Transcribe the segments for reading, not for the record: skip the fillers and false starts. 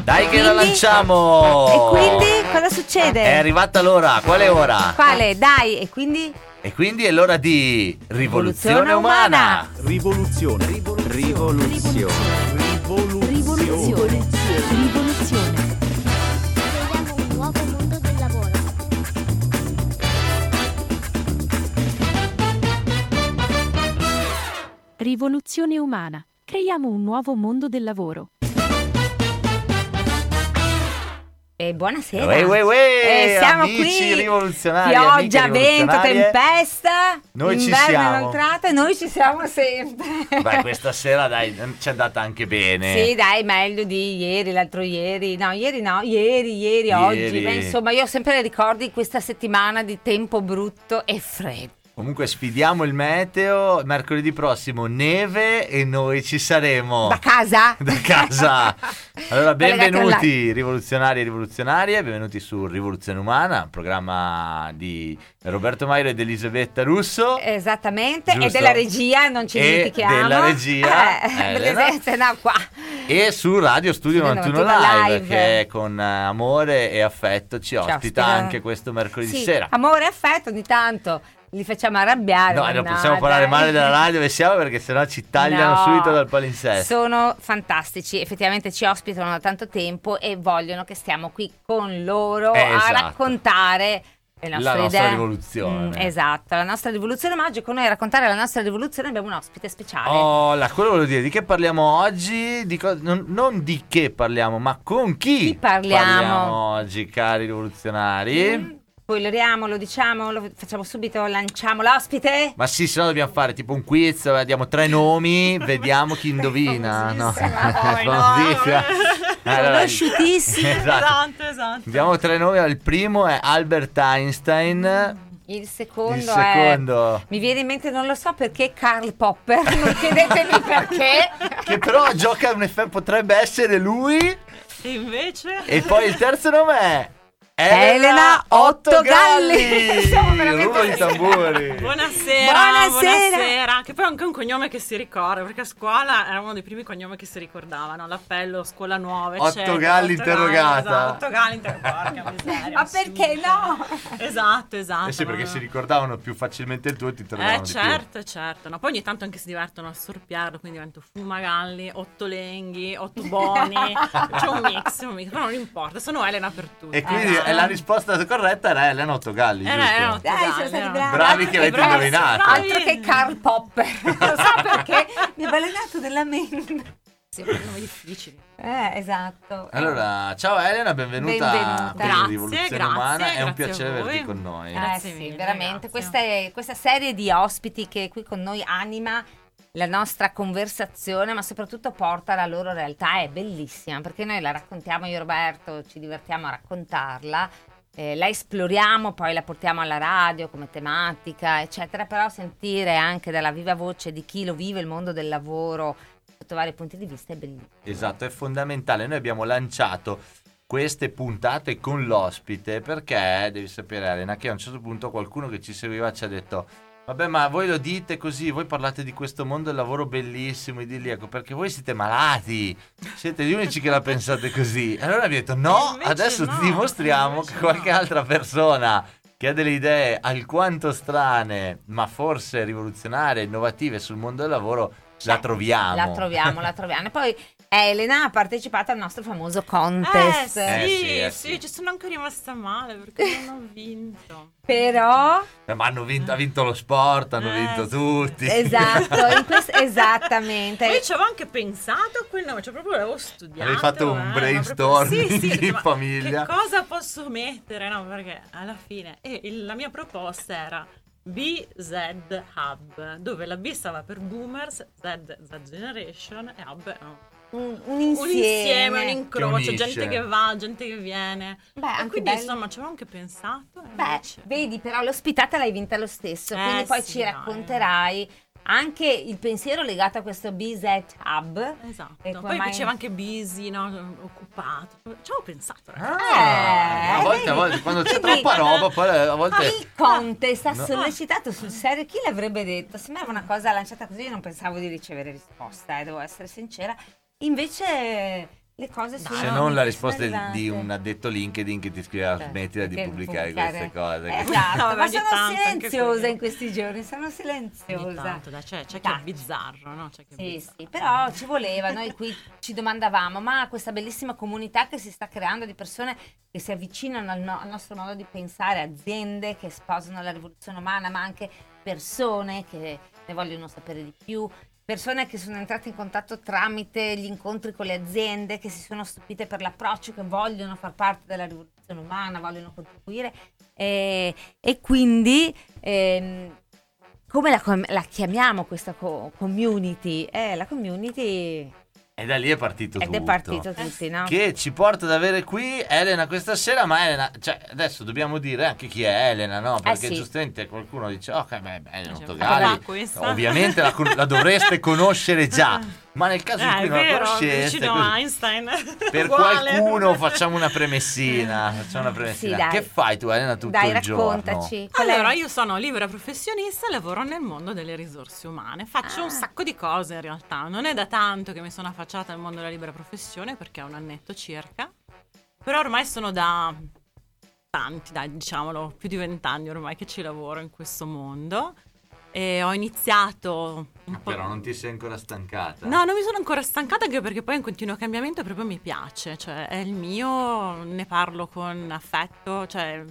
Dai che la lanciamo! E quindi cosa succede? È arrivata l'ora, quale ora? Quale? Dai, e quindi? E quindi è l'ora di Rivoluzione Umana! Rivoluzione. Rivoluzione. Rivoluzione. Creiamo un nuovo mondo del lavoro. Rivoluzione umana. Creiamo un nuovo mondo del lavoro. E buonasera. Siamo amici qui. rivoluzionari, Pioggia, amiche vento, rivoluzionarie. tempesta. Noi ci inverno siamo. inoltrato e noi ci siamo sempre. Beh, questa sera dai, ci è andata anche bene. Sì, dai, meglio di ieri, l'altro ieri. No, ieri, oggi. Beh, insomma, io ho sempre i ricordi di questa settimana di tempo brutto e freddo. Comunque sfidiamo il meteo, mercoledì prossimo neve e noi ci saremo. Da casa? Da casa. Allora, Collegati benvenuti rivoluzionari e rivoluzionarie, benvenuti su Rivoluzione Umana, un programma di Roberto Mairo ed Elisabetta Russo. Esattamente, Giusto. e della regia, non ci E dimentichiamo. della regia, Elena. No, qua. E su Radio Studio Studio 91 91 Live, Live. che con amore e affetto ci ospita ospita. anche questo mercoledì Sì, sera. amore e affetto ogni tanto li facciamo arrabbiare. No, ma non possiamo parlare male della radio dove siamo perché sennò ci tagliano No, subito dal palinsesto. Sono fantastici, effettivamente ci ospitano da tanto tempo e vogliono che stiamo qui con loro a Esatto. raccontare le nostre La nostra idee. rivoluzione. Esatto, la nostra rivoluzione, ma oggi con noi a raccontare la nostra rivoluzione abbiamo un ospite speciale. Oh, quello volevo dire, di che parliamo oggi? Non di che parliamo, ma con chi parliamo oggi, cari rivoluzionari? Spoileriamo, lo diciamo, lo facciamo subito, lanciamo l'ospite. Ma sì, se no dobbiamo fare tipo un quiz, diamo 3 nomi, vediamo chi indovina. No, famosissima. Allora, Conosciutissimo. esatto. Diamo 3 nomi, il primo è Albert Einstein. Il secondo, Il secondo. mi viene in mente, non lo so perché, Karl Popper, non chiedetemi perché. Che però gioca un effetto, potrebbe essere lui. E invece? E poi il terzo nome è Elena Ottogalli. Siamo veramente Rullo di tamburi. Buonasera. Che poi è anche un cognome che si ricorda, perché a scuola era uno dei primi cognomi che si ricordavano. L'appello, scuola nuova, eccetera. Ottogalli interrogata. Esatto, Ottogalli interrogata. Porca miseria. Ma perché no? Esatto. Eh sì, perché si ricordavano più facilmente il tuo e ti interrogavano di più. Certo. No, poi ogni tanto anche si divertono a storpiarlo, quindi divento Fumagalli, Ottolenghi, Ottoboni. C'è un mix, però non importa, sono Elena per tutti. E quindi la risposta corretta era Elena Ottogalli, giusto? Dai, sono stati bravi. Bravi che avete indovinato. Altro che Karl Popper. Non so perché mi ha balenato della mente. Sì, sono nomi difficili. Esatto. Allora, ciao Elena, benvenuta. Benvenuta. Qui in Rivoluzione Grazie, Umana, è un grazie a piacere voi. averti con noi. Grazie sì, mille, veramente. grazie. Questa serie di ospiti che qui con noi anima la nostra conversazione, ma soprattutto porta la loro realtà, è bellissima, perché noi la raccontiamo, io e Roberto ci divertiamo a raccontarla, la esploriamo, poi la portiamo alla radio come tematica, eccetera, però sentire anche dalla viva voce di chi lo vive il mondo del lavoro sotto vari punti di vista è bellissimo. Esatto, è fondamentale. Noi abbiamo lanciato queste puntate con l'ospite perché devi sapere, Elena, che a un certo punto qualcuno che ci seguiva ci ha detto: vabbè, ma voi lo dite così, voi parlate di questo mondo del lavoro bellissimo, idilliaco, perché voi siete malati, siete gli unici che la pensate così. Allora abbiamo detto no, Invece adesso no, ti dimostriamo invece che qualche no. altra persona che ha delle idee alquanto strane, ma forse rivoluzionarie, innovative sul mondo del lavoro, la troviamo. La troviamo. E poi Elena ha partecipato al nostro famoso contest. Sì, ci sono anche rimasta male perché non ho vinto. Però Ma ha vinto lo sport, hanno vinto tutti. esatto, esattamente. Io ci avevo anche pensato a quel nome, cioè proprio l'avevo studiato. Avevi fatto un ma brainstorming proprio- sì, in ma famiglia. Che cosa posso mettere? No, perché alla fine la mia proposta era BZ Hub, dove la B stava per Boomers, Z Generation e Hub un insieme, un incrocio, Che unisce. gente che va, gente che viene. Beh, E anche quindi bello. insomma ci avevo anche pensato. e Beh, invece- vedi, però l'ospitata l'hai vinta lo stesso, quindi poi sì, ci dai. racconterai anche il pensiero legato a questo BZ Hub. Esatto. E come Poi mai- diceva anche busy, no? Occupato. Ci avevo pensato, ragazzi. A volte quando c'è Quindi- troppa roba, poi a Ma volte il contest ha sollecitato sul serio, chi l'avrebbe detto? Sembrava una cosa lanciata così, io non pensavo di ricevere risposta, devo essere sincera. Invece le cose sono... Se non la sono risposta arrivate. di un addetto LinkedIn che ti scriveva smettila di Perché pubblicare queste cose. Esatto, No, ma ogni sono tanto anche silenziosa quello. in questi giorni, sono Ogni silenziosa. tanto, dai, c'è chi è Taccio. bizzarro, no? C'è chi è Sì, bizzarro. sì, però ci voleva, noi qui ci domandavamo, ma questa bellissima comunità che si sta creando di persone che si avvicinano al nostro modo di pensare, aziende che sposano la rivoluzione umana, ma anche persone che ne vogliono sapere di più, persone che sono entrate in contatto tramite gli incontri con le aziende, che si sono stupite per l'approccio, che vogliono far parte della rivoluzione umana, vogliono contribuire e quindi come la chiamiamo questa community? La community E da lì è partito ed tutto. è partito tutti, no? Che ci porta ad avere qui Elena questa sera, ma Elena, cioè adesso dobbiamo dire anche chi è Elena, no? Perché sì. giustamente qualcuno dice, ok, beh, Elena Cioè, Togali, ma questa? ovviamente la dovreste conoscere già, ma nel caso in È cui non la vero, conosceste, vicino così, a Einstein. per Uguale. qualcuno facciamo una premessina. Sì, dai. Che fai tu Elena tutto Dai, il giorno? raccontaci. Qual è- Allora, io sono libera professionista e lavoro nel mondo delle risorse umane. Faccio un sacco di cose in realtà. Non è da tanto che mi sono affacciata al mondo della libera professione, perché è un annetto circa. Però ormai sono da tanti, dai, diciamolo, più di 20 anni ormai che ci lavoro in questo mondo. E ho iniziato un po'. Però non ti sei ancora stancata? No, non mi sono ancora stancata, anche perché poi in continuo cambiamento proprio mi piace, cioè è il mio, ne parlo con affetto, cioè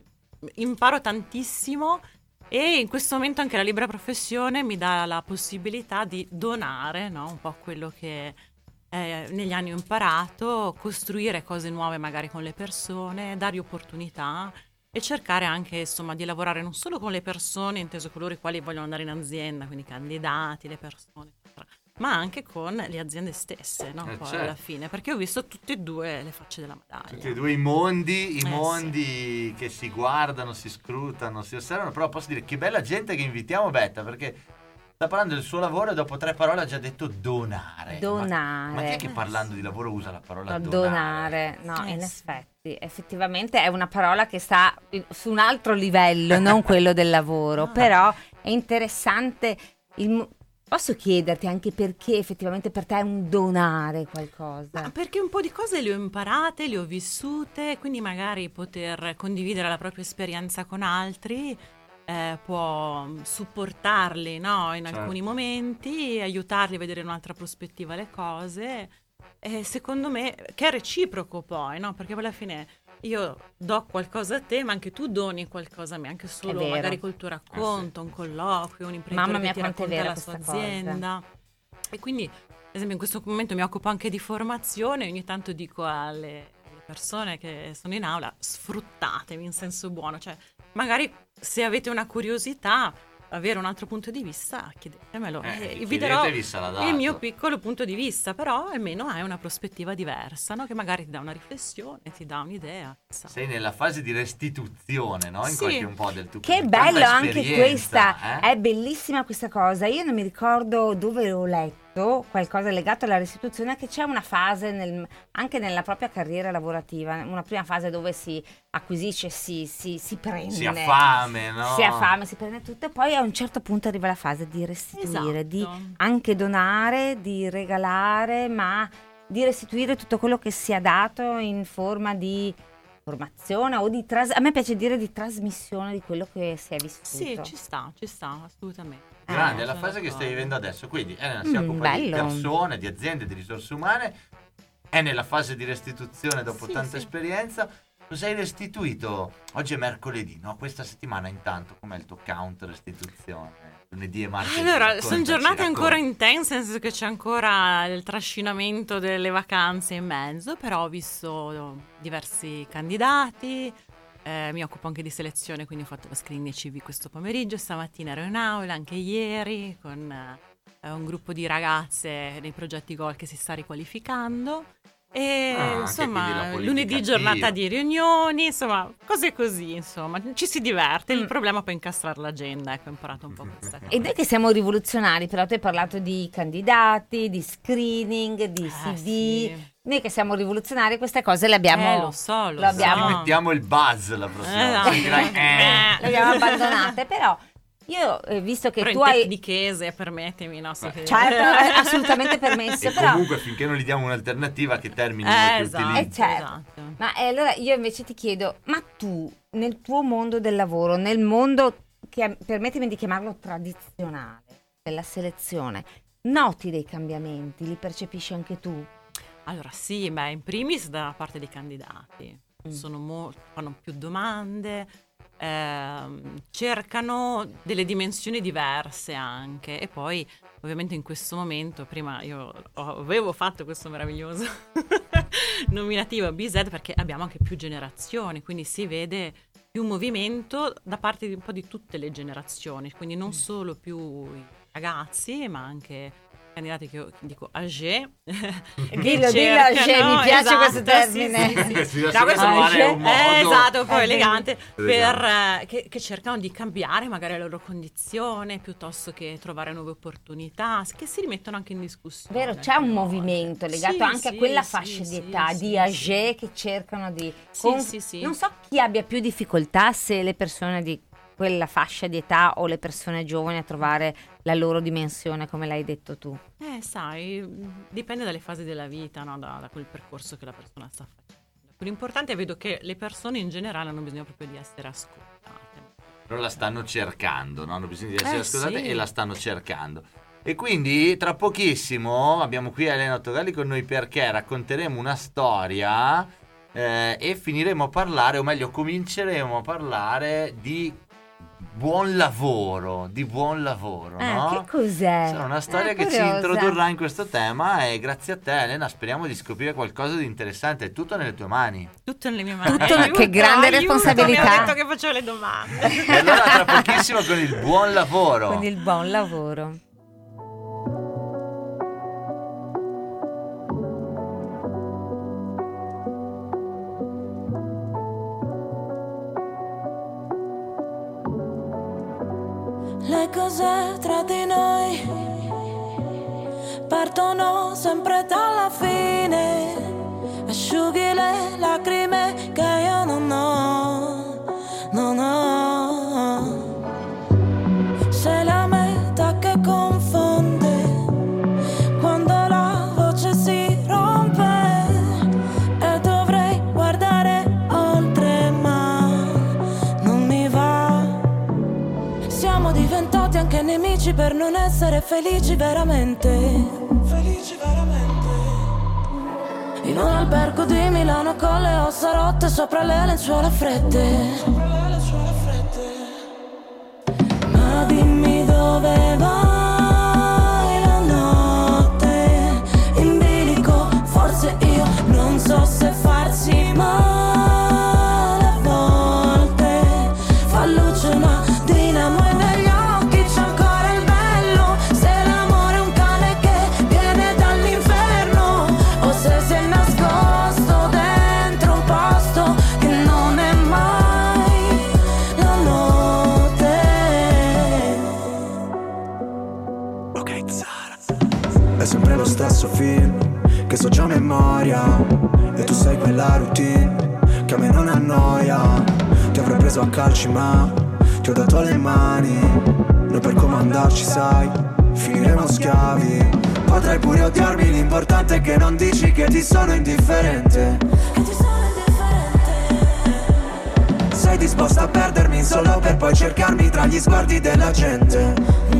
imparo tantissimo e in questo momento anche la libera professione mi dà la possibilità di donare, no? Un po' quello che negli anni ho imparato, costruire cose nuove magari con le persone, dargli opportunità e cercare anche insomma di lavorare non solo con le persone, inteso coloro i quali vogliono andare in azienda, quindi i candidati, le persone, eccetera, ma anche con le aziende stesse, no? Poi certo. alla fine, perché ho visto tutte e due le facce della medaglia. Tutti e due i mondi, sì. mondi che si guardano, si scrutano, si osservano, però posso dire che bella gente che invitiamo Betta, perché sta parlando del suo lavoro e dopo 3 parole ha già detto donare. Donare. Ma chi è che parlando di lavoro usa la parola No, donare? no, in sì. effettivamente è una parola che sta su un altro livello, non quello del lavoro, però è interessante. Posso chiederti anche perché effettivamente per te è un donare qualcosa? Perché un po' di cose le ho imparate, le ho vissute, quindi magari poter condividere la propria esperienza con altri può supportarli, no? In Certo. alcuni momenti, aiutarli a vedere in un'altra prospettiva le cose. E secondo me, che è reciproco poi, no? Perché poi alla fine io do qualcosa a te, ma anche tu doni qualcosa a me, anche solo vero. magari col tuo racconto, un colloquio, un imprenditore Mamma mia, che ti quanto è racconta vera la sua questa cosa. azienda. E quindi, ad esempio, in questo momento mi occupo anche di formazione, ogni tanto dico alle persone che sono in aula, sfruttatemi in senso buono, cioè magari se avete una curiosità, avere un altro punto di vista, chiedetemelo. Vi darò chiedetevi, sarà dato. il mio piccolo punto di vista, però almeno hai una prospettiva diversa, no? Che magari ti dà una riflessione, ti dà un'idea. chissà. Sei nella fase di restituzione, no? In Sì. qualche un po' del tuo Che tanta bello anche esperienza, questa, è bellissima questa cosa. Io non mi ricordo dove ho letto qualcosa legato alla restituzione, che c'è una fase anche nella propria carriera lavorativa, una prima fase dove si acquisisce, si prende. Si ha fame, no? Si ha fame, si prende tutto e poi a un certo punto arriva la fase di restituire, di Esatto. anche donare, di regalare, ma di restituire tutto quello che si è dato in forma di formazione o di a me piace dire di trasmissione di quello che si è vissuto. Sì, ci sta, assolutamente. Grande, è la sono fase che stai d'accordo. vivendo adesso. Quindi Elena si occupa di bello. persone, di aziende, di risorse umane, è nella fase di restituzione dopo Sì, tanta sì. esperienza. Cosa hai restituito? Oggi è mercoledì, no? Questa settimana intanto, com'è il tuo count restituzione? Lunedì e martedì. Allora, Raccontaci, sono giornate ancora raccontaci. intense, nel senso che c'è ancora il trascinamento delle vacanze in mezzo, però ho visto diversi candidati, mi occupo anche di selezione, quindi ho fatto la screening CV questo pomeriggio, stamattina ero in aula, anche ieri, con un gruppo di ragazze nei progetti GOL che si sta riqualificando. E anche quindi la insomma, politica lunedì attiva. giornata di riunioni, insomma, cose così, insomma, ci si diverte. Il problema è poi incastrare l'agenda, ecco, ho imparato un po' questa cosa. E noi che siamo rivoluzionari, però tu hai parlato di candidati, di screening, di CV. Sì. Noi che siamo rivoluzionari queste cose le abbiamo, Lo so. abbiamo- Mettiamo il buzz la prossima Esatto. volta. Dirai, le abbiamo abbandonate, però Io, visto che Però tu in hai... tecnichese, permettimi, no? So che... Certo, è assolutamente permesso, E però... comunque finché non gli diamo un'alternativa che termini Esatto, utilizzi. certo. esatto. Ma allora io invece ti chiedo, ma tu nel tuo mondo del lavoro, nel mondo che permettimi di chiamarlo tradizionale, della selezione, noti dei cambiamenti? Li percepisci anche tu? Allora sì, in primis da parte dei candidati. Fanno più domande, cercano delle dimensioni diverse anche, e poi ovviamente in questo momento, prima io avevo fatto questo meraviglioso nominativo BZ perché abbiamo anche più generazioni, quindi si vede più movimento da parte di un po' di tutte le generazioni, quindi non solo più i ragazzi ma anche candidati che io dico âgé. Dillo âgé, mi piace esatto, questo termine. Sì, No, questo trovare un modo. esatto, poi elegante, Elegante. che cercano di cambiare magari la loro condizione piuttosto che trovare nuove opportunità, che si rimettono anche in discussione. Vero, c'è un movimento legato Sì, anche a sì, quella sì, fascia sì, di età, sì, di sì. âgé che cercano di... Sì. Non so chi abbia più difficoltà, se le persone di quella fascia di età o le persone giovani a trovare la loro dimensione, come l'hai detto tu. Sai, dipende dalle fasi della vita, no? Da quel percorso che la persona sta facendo. L'importante è vedo che le persone in generale hanno bisogno proprio di essere ascoltate. Però la stanno cercando, no? Hanno bisogno di essere ascoltate sì. e la stanno cercando. E quindi tra pochissimo abbiamo qui Elena Togalli con noi perché racconteremo una storia e finiremo a parlare, o meglio cominceremo a parlare di buon lavoro, no? Che cos'è? Sarà una storia che ci curiosa. introdurrà in questo tema e grazie a te Elena speriamo di scoprire qualcosa di interessante, è tutto nelle tue mani. Tutto nelle mie mani. Che grande responsabilità. Mi ha detto che facevo le domande. E allora tra pochissimo con il buon lavoro. Con il buon lavoro. Le cose tra di noi partono sempre dalla fine. Asciughi le lacrime che io non ho. Sei la metà che confonde quando la voce si rompe e dovrei guardare oltre ma non mi va. Siamo diventati anche nemici per non essere felici veramente. In un albergo di Milano con le ossa rotte sopra le lenzuola fredde. Ma dimmi dove vai la notte in bilico, forse io non so se farsi male a volte. Fa luce una dinamo e negli occhi c'è ancora il bello. Se l'amore è un cane che viene dall'inferno o se si è nascosto dentro un posto che non è mai la notte. Ok, Zara. È sempre lo stesso film che so già a memoria e tu sei quella routine che a me non annoia. Ti avrei preso a calci ma ti ho dato le mani. Noi per comandarci sai, finiremo schiavi. Potrai pure odiarmi, l'importante è che non dici che ti sono indifferente. Sei disposta a perdermi solo per poi cercarmi tra gli sguardi della gente.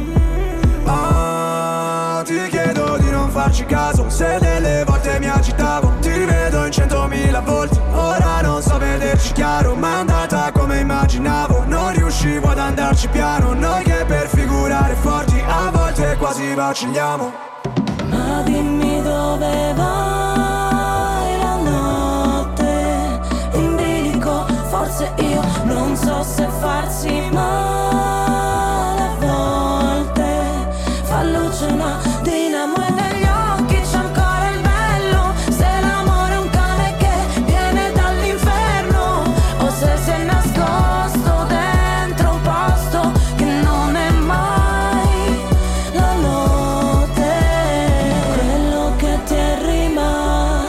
Ti chiedo di non farci caso, se delle volte mi agitavo. Ti rivedo in 100.000 volti, ora non so vederci chiaro. Ma è andata come immaginavo, non riuscivo ad andarci piano. Noi che per figurare forti a volte quasi vacilliamo. Ma dimmi dove vai la notte in bilico, forse io non so se farsi male a volte. Fa luce una dinamo e negli occhi c'è ancora il bello. Se l'amore è un cane che viene dall'inferno o se si è nascosto dentro un posto che non è mai la notte. Quello che ti è rimasto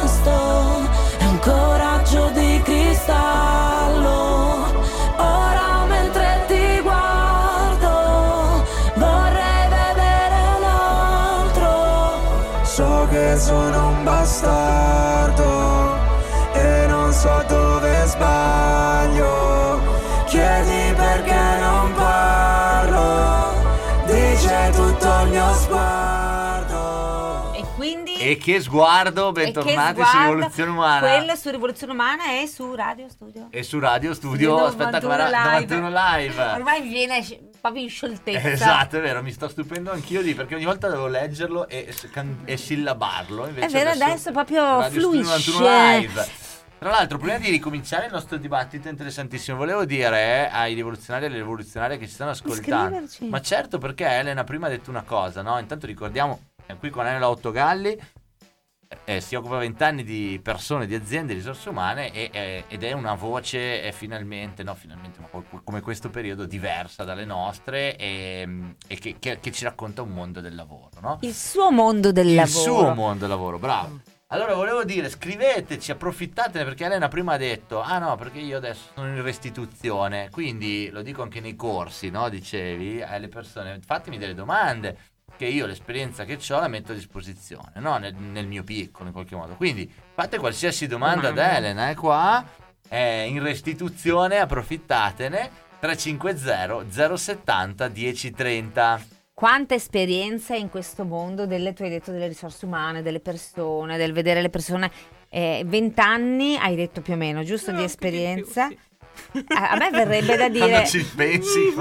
so dove sbaglio. Chiedi perché non parlo, dice tutto il mio sguardo. E quindi... E che sguardo, bentornati su Rivoluzione Umana. Quello su Rivoluzione Umana e su Radio Studio. E su Radio Studio, aspetta, 91 live. Ormai viene proprio in scioltezza. Esatto, è vero, mi sto stupendo anch'io lì, perché ogni volta devo leggerlo e sillabarlo. Invece È vero, adesso proprio Radio Studio fluisce. 91 live. Tra l'altro, prima di ricominciare il nostro dibattito interessantissimo, volevo dire ai rivoluzionari e alle rivoluzionarie che ci stanno ascoltando, Scriverci. ma certo, perché Elena prima ha detto una cosa, no? Intanto ricordiamo, qui con Elena Ottogalli si occupa 20 anni di persone, di aziende, di risorse umane ed è una voce finalmente, ma come questo periodo, diversa dalle nostre e che ci racconta un mondo del lavoro, no? Il suo mondo del lavoro. Il suo mondo del lavoro, bravo. Allora volevo dire, scriveteci, approfittatene, perché Elena prima ha detto no, perché io adesso sono in restituzione, quindi lo dico anche nei corsi, no? Dicevi alle persone, fatemi delle domande, che io l'esperienza che ho la metto a disposizione, no? Nel mio piccolo, in qualche modo. Quindi fate qualsiasi domanda ad Elena, è qua, è in restituzione, approfittatene. 350 070 1030. Quanta esperienza in questo mondo tu hai detto, delle risorse umane, delle persone, del vedere le persone. 20 anni hai detto più o meno, giusto, di esperienza? Più, sì. A me verrebbe da dire... Quando ci pensi...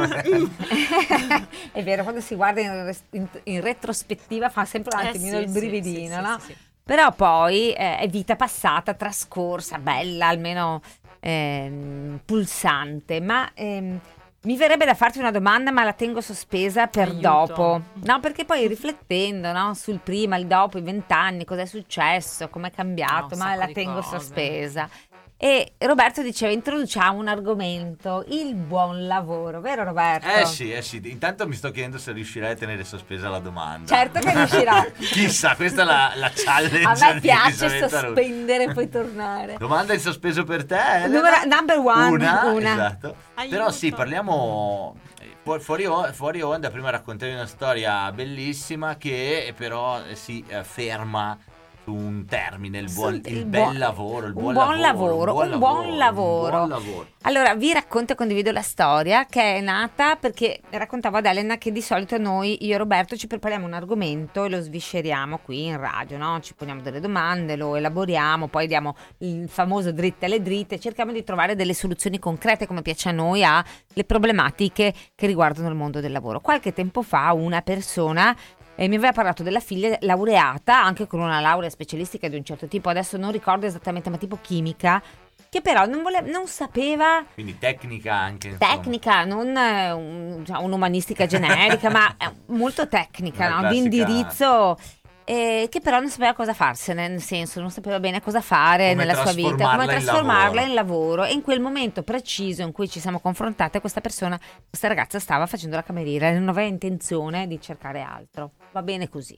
È vero, quando si guarda in retrospettiva fa sempre un attimino il brividino, sì, no? sì. Però poi è vita passata, trascorsa, bella, almeno pulsante, ma... mi verrebbe da farti una domanda, ma la tengo sospesa per Aiuto. dopo. No, perché poi riflettendo, no, sul prima, il dopo, i 20 anni, cosa è successo, com'è cambiato, Un ma sacco la di tengo cose. sospesa. E Roberto diceva, introduciamo un argomento, il buon lavoro, vero Roberto? Sì. Intanto mi sto chiedendo se riuscirai a tenere sospesa la domanda. Certo che riuscirà. Chissà, questa è la challenge. A me di piace Elisabetta Russo. sospendere e poi tornare. Domanda in sospeso per te, Elena? Number one. Una. Esatto. Aiuto. Però sì, parliamo fuori onda. Prima raccontavi una storia bellissima che però si ferma su un termine, il bel lavoro, il buon lavoro. Allora vi racconto e condivido la storia che è nata perché raccontavo ad Elena che di solito noi, io e Roberto, ci prepariamo un argomento e lo svisceriamo qui in radio, no? Ci poniamo delle domande, lo elaboriamo, poi diamo il famoso dritte alle dritte, cerchiamo di trovare delle soluzioni concrete, come piace a noi, alle problematiche che riguardano il mondo del lavoro. Qualche tempo fa una persona mi aveva parlato della figlia laureata, anche con una laurea specialistica di un certo tipo, adesso non ricordo esattamente, ma tipo chimica, che però non sapeva... Quindi tecnica anche. Insomma. Tecnica, non un'umanistica generica, ma molto tecnica, no? Di indirizzo, che però non sapeva cosa farsene, nel senso non sapeva bene cosa fare nella sua vita, come trasformarla in lavoro. E in quel momento preciso in cui ci siamo confrontate, questa ragazza stava facendo la cameriera e non aveva intenzione di cercare altro. Va bene così.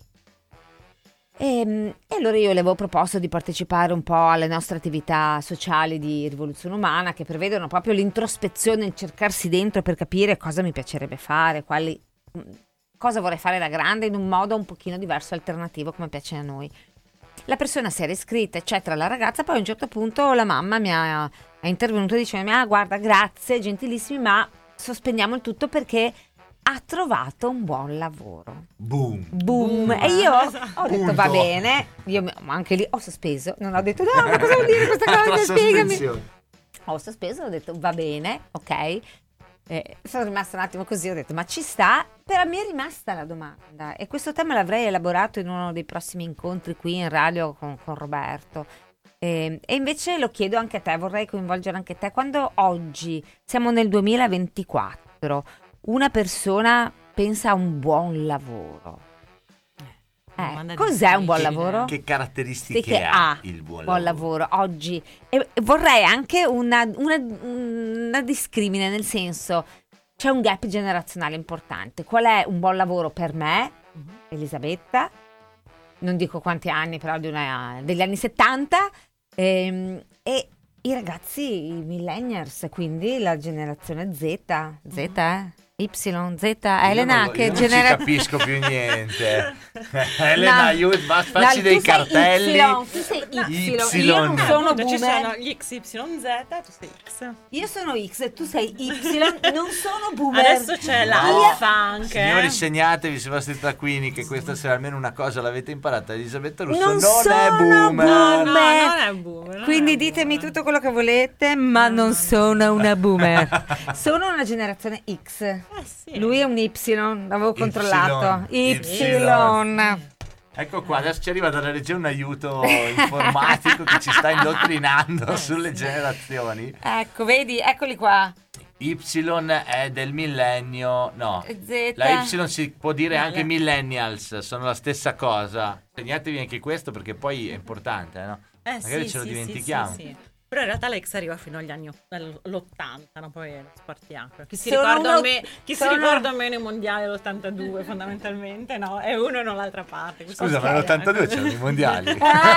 E allora io le avevo proposto di partecipare un po' alle nostre attività sociali di Rivoluzione Umana, che prevedono proprio l'introspezione, il cercarsi dentro per capire cosa mi piacerebbe fare, cosa vorrei fare da grande in un modo un pochino diverso, alternativo, come piace a noi. La persona si era iscritta, eccetera, la ragazza, poi a un certo punto la mamma è intervenuta dicendomi: guarda, grazie, gentilissimi, ma sospendiamo il tutto perché ha trovato un buon lavoro. Boom. E io ho detto va bene, io anche lì ho sospeso, non ho detto no, ma cosa vuol dire questa cosa, spiegami. Ho sospeso, ho detto va bene, ok. Sono rimasta un attimo così, ho detto ma ci sta, però mi è rimasta la domanda e questo tema l'avrei elaborato in uno dei prossimi incontri qui in radio con Roberto. E invece lo chiedo anche a te, vorrei coinvolgere anche te. Quando oggi siamo nel 2024, una persona pensa a un buon lavoro, cos'è un buon lavoro? Che caratteristiche ha il buon lavoro oggi? E vorrei anche una discrimine, nel senso, c'è un gap generazionale importante. Qual è un buon lavoro per me, Elisabetta? Non dico quanti anni, però degli anni 70, e i ragazzi, i millennials, quindi la generazione Z, YZ, Elena, Io che non genera... ci capisco più niente. Elena, No. aiuto, facci dei tu sei cartelli. Y, tu sei Y. Io non sono Appunto, ci boomer. sono gli XYZ e tu sei X. Io sono X e tu sei Y, non sono boomer. Adesso c'è l'alfa anche. Signori, segnatevi sui vostri taccuini che questa sera almeno una cosa l'avete imparata. Elisabetta Russo Non non sono è boomer. No, non boomer. è boomer. non Quindi è ditemi boomer. tutto quello che volete, ma non sono una boomer. Sono una generazione X. Sì. Lui è un Y, l'avevo controllato. Y. Ecco qua, adesso ci arriva dalla regia un aiuto informatico che ci sta indottrinando sulle generazioni. Ecco, vedi, eccoli qua. Y è del millennio, no. Z. La Y si può dire No, anche la- millennials, sono la stessa cosa. Segnatevi anche questo perché poi è importante, no? Magari ce lo dimentichiamo. Sì. Però in realtà l'X arriva fino agli anni all'80, no? Poi lo spartiacque. Chi si Sono ricorda uno- chi sono- si ricorda meno i mondiali dell'82 fondamentalmente, no? È uno e non l'altra parte. Questo Scusa, ok, ma nell'82 c'erano i mondiali.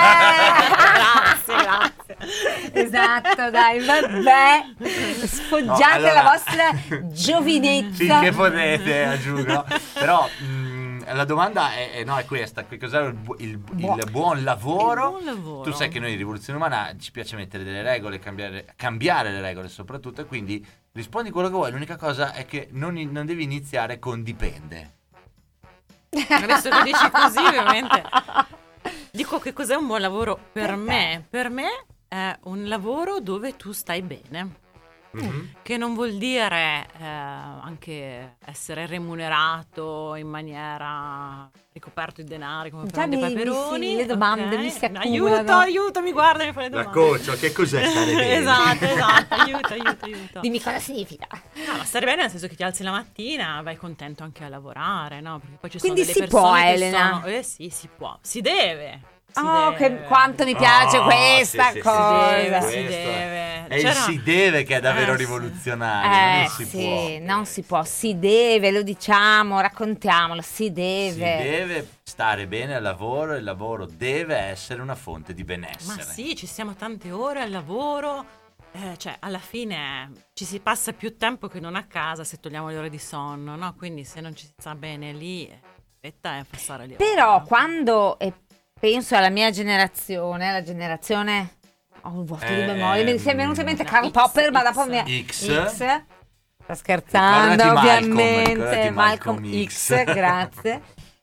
Grazie. Esatto, dai, vabbè. Sfoggiate No, allora- la vostra giovinezza. Finché potete, aggiungo. Però la domanda è, no, è questa: che cos'è il buon lavoro? Il buon lavoro. Tu sai che noi in Rivoluzione Umana ci piace mettere delle regole, cambiare le regole soprattutto, e quindi rispondi quello che vuoi. L'unica cosa è che non devi iniziare con dipende. Adesso che dici così, ovviamente. Dico che cos'è un buon lavoro per me. Per me è un lavoro dove tu stai bene. Che non vuol dire anche essere remunerato in maniera ricoperto di denari come Già per dei mi peperoni. sì, le domande ok? mi si accumulano. Aiuto, mi guarda, mi fa le domande. che cos'è stare bene? Esatto, aiuto. Dimmi cosa significa. No, ma stare bene nel senso che ti alzi la mattina, vai contento anche a lavorare, no? Perché poi ci sono Quindi delle si può, persone che Elena? sono... sì, si può. Si deve. Quanto mi piace Oh, questa sì, sì, sì, cosa. sì, Si questo deve. È il C'era- si deve che è davvero sì. rivoluzionario. Non si sì, può. non si può, si deve, lo diciamo, raccontiamolo, si Si deve. deve stare bene al lavoro, e il lavoro deve essere una fonte di benessere. Ma sì, ci siamo tante ore al lavoro, cioè alla fine ci si passa più tempo che non a casa se togliamo le ore di sonno, no? Quindi se non ci si sta bene lì, aspetta a passare le ore. Però no? quando penso alla mia generazione, la generazione... Ho un vuoto di memoria, mi è venuto in mente no, Karl X, Popper, ma dopo X. mi... X. Sto scherzando, Ricordati ovviamente. ricordati Malcolm X, grazie.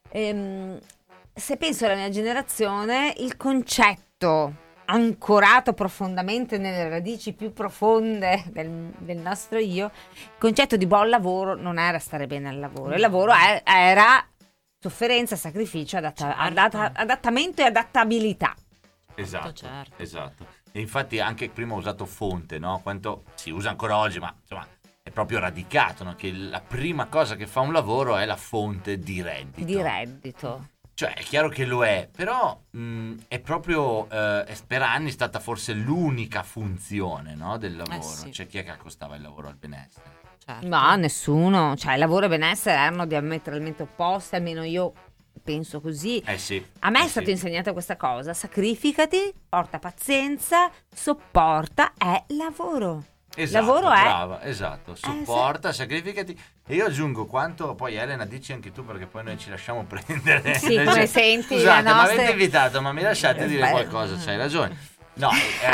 Se penso alla mia generazione, il concetto ancorato profondamente nelle radici più profonde del nostro io, il concetto di buon lavoro non era stare bene al lavoro. Il lavoro era sofferenza, sacrificio, adattamento e adattabilità. Esatto, certo. esatto. E infatti anche prima ho usato fonte, no? Quanto si usa ancora oggi, ma insomma è proprio radicato, no? Che la prima cosa che fa un lavoro è la fonte di reddito. Di reddito. Cioè è chiaro che lo è, però è proprio è per anni stata forse l'unica funzione, no? Del lavoro. sì. Cioè chi è che accostava il lavoro al benessere? Certo. Ma nessuno, cioè lavoro e benessere erano diametralmente opposti, almeno io penso così. Sì. A me è sì. stata insegnata questa cosa: sacrificati, porta pazienza, sopporta, è lavoro. Esatto, lavoro è brava, esatto, sopporta, sacrificati. E io aggiungo quanto, poi Elena dici anche tu perché poi noi ci lasciamo prendere. Sì, come senti, Scusate, la mi nostra- avete invitato, ma mi lasciate dire Beh. qualcosa, c'hai ragione. No,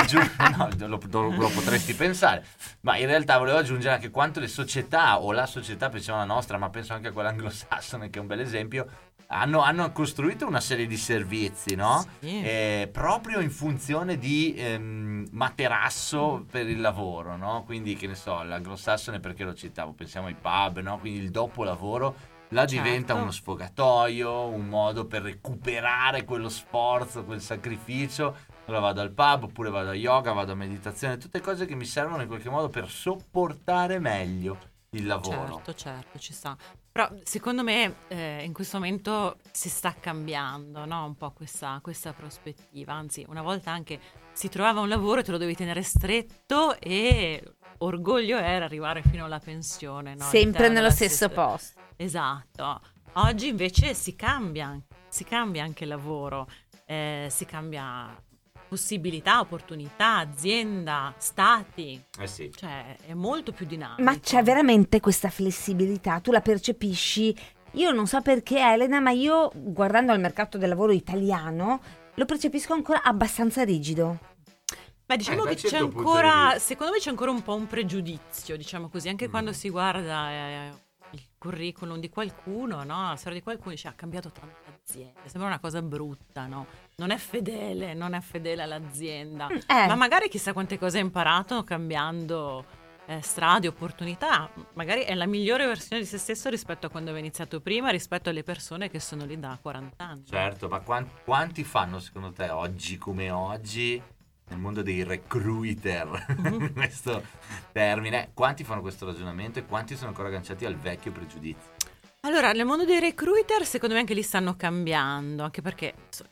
lo potresti pensare, ma in realtà volevo aggiungere anche quanto le società, o la società, pensiamo alla nostra, ma penso anche a quella anglosassone che è un bel esempio, hanno costruito una serie di servizi, no? Sì. Proprio in funzione di materasso per il lavoro, no? Quindi che ne so, l'anglosassone, perché lo citavo, pensiamo ai pub, no? Quindi il dopolavoro diventa uno sfogatoio, un modo per recuperare quello sforzo, quel sacrificio. Allora vado al pub, oppure vado a yoga, vado a meditazione, tutte cose che mi servono in qualche modo per sopportare meglio il lavoro. Certo, ci sta. Però secondo me in questo momento si sta cambiando, no? Un po' questa prospettiva. Anzi, una volta anche si trovava un lavoro e te lo dovevi tenere stretto e orgoglio era arrivare fino alla pensione, no? sempre All'interno nello della stesso posto. Esatto. Oggi invece si cambia anche il lavoro, si cambia possibilità, opportunità, azienda, stati, Sì. cioè è molto più dinamico. Ma c'è veramente questa flessibilità, tu la percepisci? Io non so perché, Elena, ma io guardando al mercato del lavoro italiano lo percepisco ancora abbastanza rigido. Beh, diciamo da che c'è certo punto di ancora, vista. secondo me c'è ancora un po' un pregiudizio, diciamo così, anche quando si guarda il curriculum di qualcuno, no? La storia di qualcuno, dice ha cambiato tante aziende, sembra una cosa brutta, no? Non è fedele all'azienda, ma magari chissà quante cose ha imparato cambiando strade, opportunità, magari è la migliore versione di se stesso rispetto a quando aveva iniziato prima, rispetto alle persone che sono lì da 40 anni. Certo, ma quanti fanno secondo te oggi come oggi nel mondo dei recruiter, questo termine, quanti fanno questo ragionamento e quanti sono ancora agganciati al vecchio pregiudizio? Allora, nel mondo dei recruiter secondo me anche lì stanno cambiando, anche perché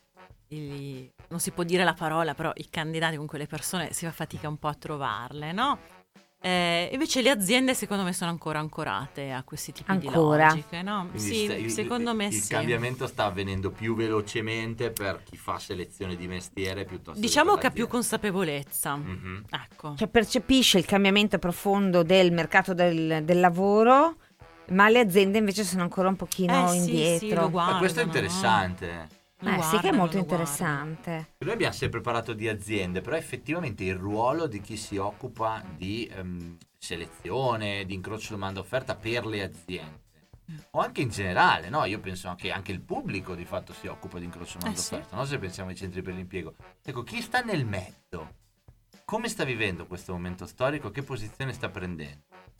non si può dire la parola, però i candidati, comunque le persone, si fa fatica un po' a trovarle, no? Invece le aziende secondo me sono ancora ancorate a questi tipi di logiche, no? Quindi Sì, secondo me il sì. cambiamento sta avvenendo più velocemente per chi fa selezione di mestiere piuttosto Diciamo che che ha per più l'azienda. consapevolezza. Mhm. Ecco. Cioè percepisce il cambiamento profondo del mercato del lavoro, ma le aziende invece sono ancora un pochino Sì, indietro. sì, lo Ma guardano, questo è no? interessante. Lo Sì, che è guardano, molto lo interessante. Noi abbiamo sempre parlato di aziende, però effettivamente il ruolo di chi si occupa di selezione, di incrocio domanda-offerta per le aziende, o anche in generale, no? Io penso che anche il pubblico di fatto si occupa di incrocio domanda-offerta, no? Se pensiamo ai centri per l'impiego. Ecco, chi sta nel mezzo, come sta vivendo questo momento storico, che posizione sta prendendo?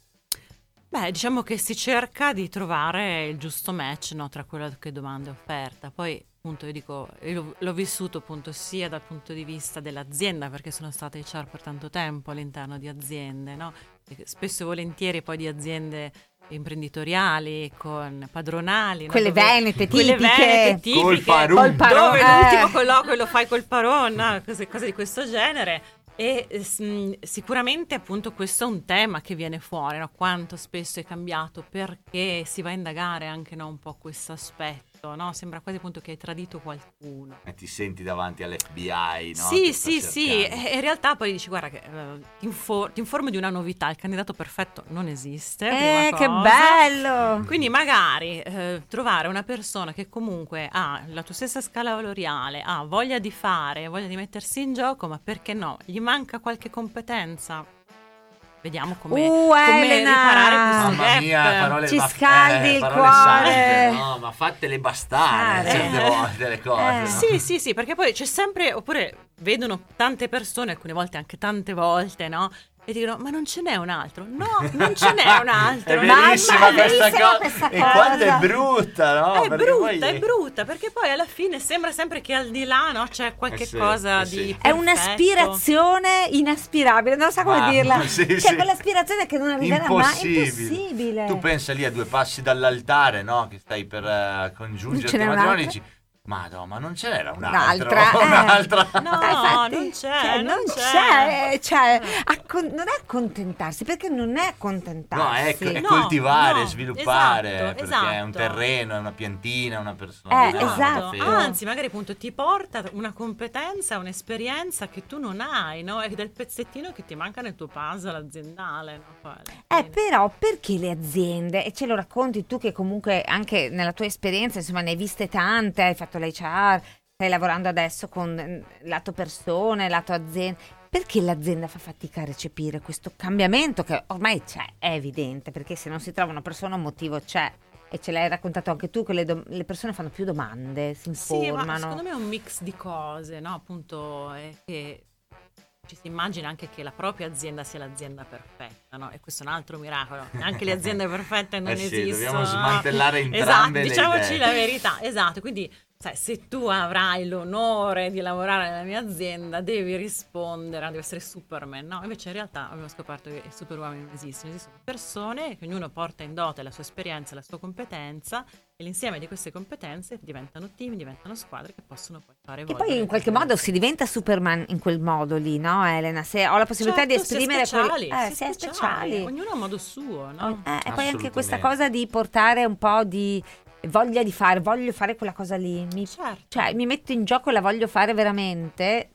Beh, diciamo che si cerca di trovare il giusto match, no, tra quello che domanda e offerta. Poi, appunto, io dico, l'ho vissuto appunto sia dal punto di vista dell'azienda, perché sono stata HR per tanto tempo all'interno di aziende, no? E spesso e volentieri poi di aziende imprenditoriali, con padronali, no? Quelle venete Quelle tipiche. venete tipiche, Col parun. Col parun, dove l'ultimo colloquio lo fai col paron, no? cose di questo genere. E sicuramente appunto questo è un tema che viene fuori, no? Quanto spesso è cambiato, perché si va a indagare anche, no, un po' questo aspetto, no? Sembra quasi appunto che hai tradito qualcuno. E ti senti davanti all'FBI, no? Sì, Che sta sì, cercando. e in realtà poi dici guarda che ti informo di una novità, il candidato perfetto non esiste, prima Che cosa. bello! Quindi magari trovare una persona che comunque ha la tua stessa scala valoriale, ha voglia di fare, voglia di mettersi in gioco, ma perché no? Gli manca qualche competenza? Vediamo come Elena! riparare questo Mamma gap. mia, parole Ci ma- scaldi il parole cuore. sante, no, ma fatele bastare certe volte le cose, no? Sì, perché poi c'è sempre, oppure vedono tante persone, alcune volte anche tante volte, no? E dicono, ma non ce n'è un altro? No, non ce n'è un altro. È Mamma, verissima è questa verissima cosa. questa E cosa. quanto è brutta, no? È Perché brutta, poi- è brutta, perché poi alla fine sembra sempre che al di là, no, c'è qualche sì, cosa sì. di È perfetto. un'aspirazione inaspirabile, non so come Mamma, dirla. sì, C'è sì. quell'aspirazione che non arriverà mai. Impossibile. Impossibile. Tu pensa lì a 2 passi dall'altare, no? Che stai per congiungere Ce n'è il matrimonio e un'altra? dici, Madonna, ma non ce n'era Un'altra, un'altra. No, Infatti, non c'è, cioè, non c'è, cioè, non è accontentarsi, perché non è accontentarsi. No, è No, coltivare, no, sviluppare, esatto, perché è un esatto. terreno, è una piantina, è una persona. non è una esatto. fede. Anzi, magari appunto ti porta una competenza, un'esperienza che tu non hai, no? È del pezzettino che ti manca nel tuo puzzle aziendale, no? Poi alla fine. Però perché le aziende, e ce lo racconti tu che comunque anche nella tua esperienza, insomma, ne hai viste tante, hai fatto l'HR, stai lavorando adesso con lato persone, lato azienda, perché l'azienda fa fatica a recepire questo cambiamento che ormai c'è, è evidente, perché se non si trova una persona un motivo c'è. E ce l'hai raccontato anche tu che le persone fanno più domande, si Sì, informano. ma secondo me è un mix di cose, no? Appunto, è che ci si immagina anche che la propria azienda sia l'azienda perfetta, no? E questo è un altro miracolo. Anche le aziende perfette non sì, esistono. dobbiamo no? smantellare entrambe Esatto, le diciamoci idee. la verità. Esatto, quindi sai, se tu avrai l'onore di lavorare nella mia azienda, devi rispondere, devi essere Superman, no? Invece in realtà abbiamo scoperto che i superuomini non esistono persone che ognuno porta in dote la sua esperienza, la sua competenza, e l'insieme di queste competenze diventano team, diventano squadre che possono poi fare Che evolvere poi in qualche modo si diventa Superman in quel modo lì, no Elena? Se ho la possibilità di esprimere si è si è speciali. ognuno ha modo suo, no? E poi anche questa Assolutamente. cosa di portare un po' di voglia di fare, voglio fare quella cosa lì, Certo. cioè mi metto in gioco e la voglio fare veramente,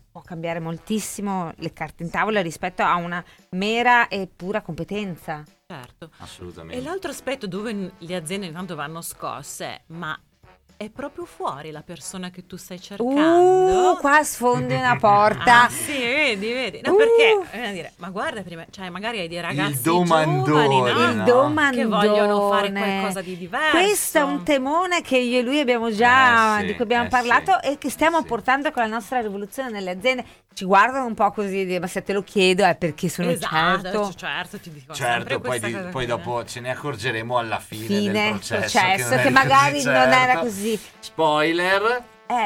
può cambiare moltissimo le carte in tavola rispetto a una mera e pura competenza. Certo. Assolutamente. E l'altro aspetto dove le aziende intanto vanno scosse è: ma è proprio fuori la persona che tu stai cercando? Qua sfondi una porta. Ah, sì, vedi. No, perché dire, ma guarda, prima, cioè magari hai dei ragazzi Il domandone, giovani, no? Il domandone. Che vogliono fare qualcosa di diverso. Questo è un temone che io e lui abbiamo già, Sì, di cui abbiamo parlato e che stiamo portando con la nostra rivoluzione nelle aziende. Ci guardano un po' così, ma se te lo chiedo è perché sono certo, ti dico sempre questa poi cosa dopo ce ne accorgeremo alla fine del processo che magari non era così. Spoiler.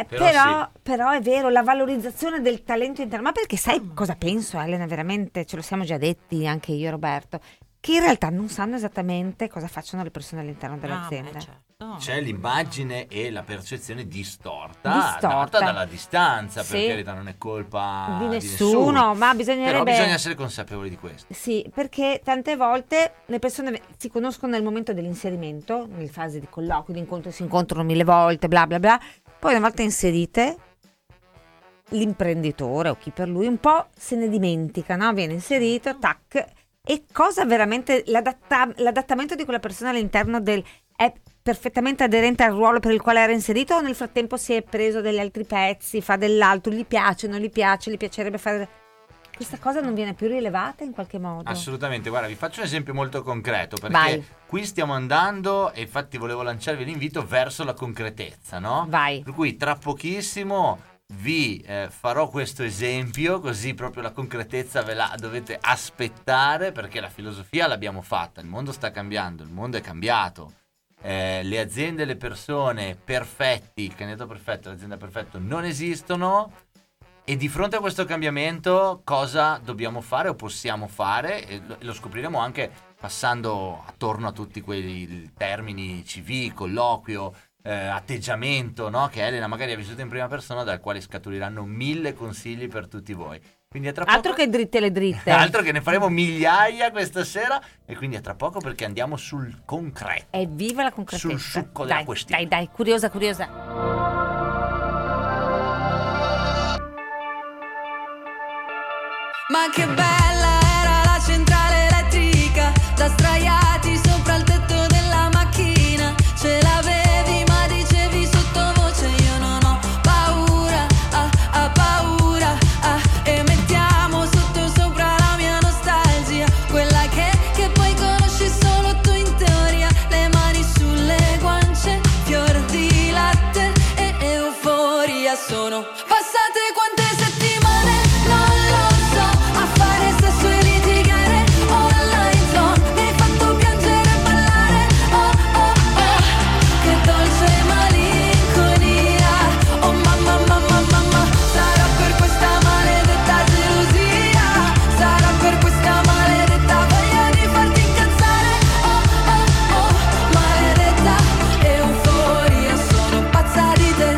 Però è vero, la valorizzazione del talento interno. Ma perché sai cosa penso, Elena? Veramente ce lo siamo già detti anche io e Roberto, che in realtà non sanno esattamente cosa facciano le persone all'interno dell'azienda. Certo. C'è l'immagine e la percezione distorta dalla distanza, per carità, non è colpa di nessuno, ma però bisogna essere consapevoli di questo. Sì, perché tante volte le persone si conoscono nel momento dell'inserimento, nelle fasi di colloquio, di incontro, si incontrano 1000 volte, bla bla bla. Poi una volta inserite, l'imprenditore o chi per lui un po' se ne dimentica, no? Viene inserito, tac, e cosa veramente l'adattamento di quella persona all'interno è perfettamente aderente al ruolo per il quale era inserito, o nel frattempo si è preso degli altri pezzi, fa dell'altro, gli piace, non gli piace, gli piacerebbe fare... Questa cosa non viene più rilevata in qualche modo? Assolutamente, guarda, vi faccio un esempio molto concreto, perché qui stiamo andando, e infatti volevo lanciarvi l'invito verso la concretezza, no? Vai. Per cui tra pochissimo vi farò questo esempio, così proprio la concretezza ve la dovete aspettare, perché la filosofia l'abbiamo fatta, il mondo sta cambiando, il mondo è cambiato. Le aziende, le persone perfetti, il candidato perfetto, l'azienda perfetta non esistono, e di fronte a questo cambiamento cosa dobbiamo fare o possiamo fare, e lo scopriremo anche passando attorno a tutti quei termini CV, colloquio, atteggiamento, no? Che Elena magari ha vissuto in prima persona, dal quale scaturiranno 1000 consigli per tutti voi. Quindi è tra poco... Altro che dritte le dritte. Altro che ne faremo migliaia questa sera, e quindi è tra poco, perché andiamo sul concreto. Evviva la concretezza. Sul succo della questione. Dai, curiosa. Ma che bella era la centrale elettrica, da sdraiati sopra il tetto della macchina. Ce l'avevi ma dicevi sottovoce: io non ho paura, paura, e mettiamo sotto sopra la mia nostalgia, quella che poi conosci solo tu in teoria. Le mani sulle guance, fior di latte e euforia. Sono passate quante settimane, non lo so, a fare sesso e litigare online zone. Mi hai fatto piangere e ballare, oh oh oh, che dolce malinconia. Oh mamma, sarà per questa maledetta gelosia, sarà per questa maledetta voglia di farti incazzare, oh oh oh, maledetta euforia. Sono pazza di te,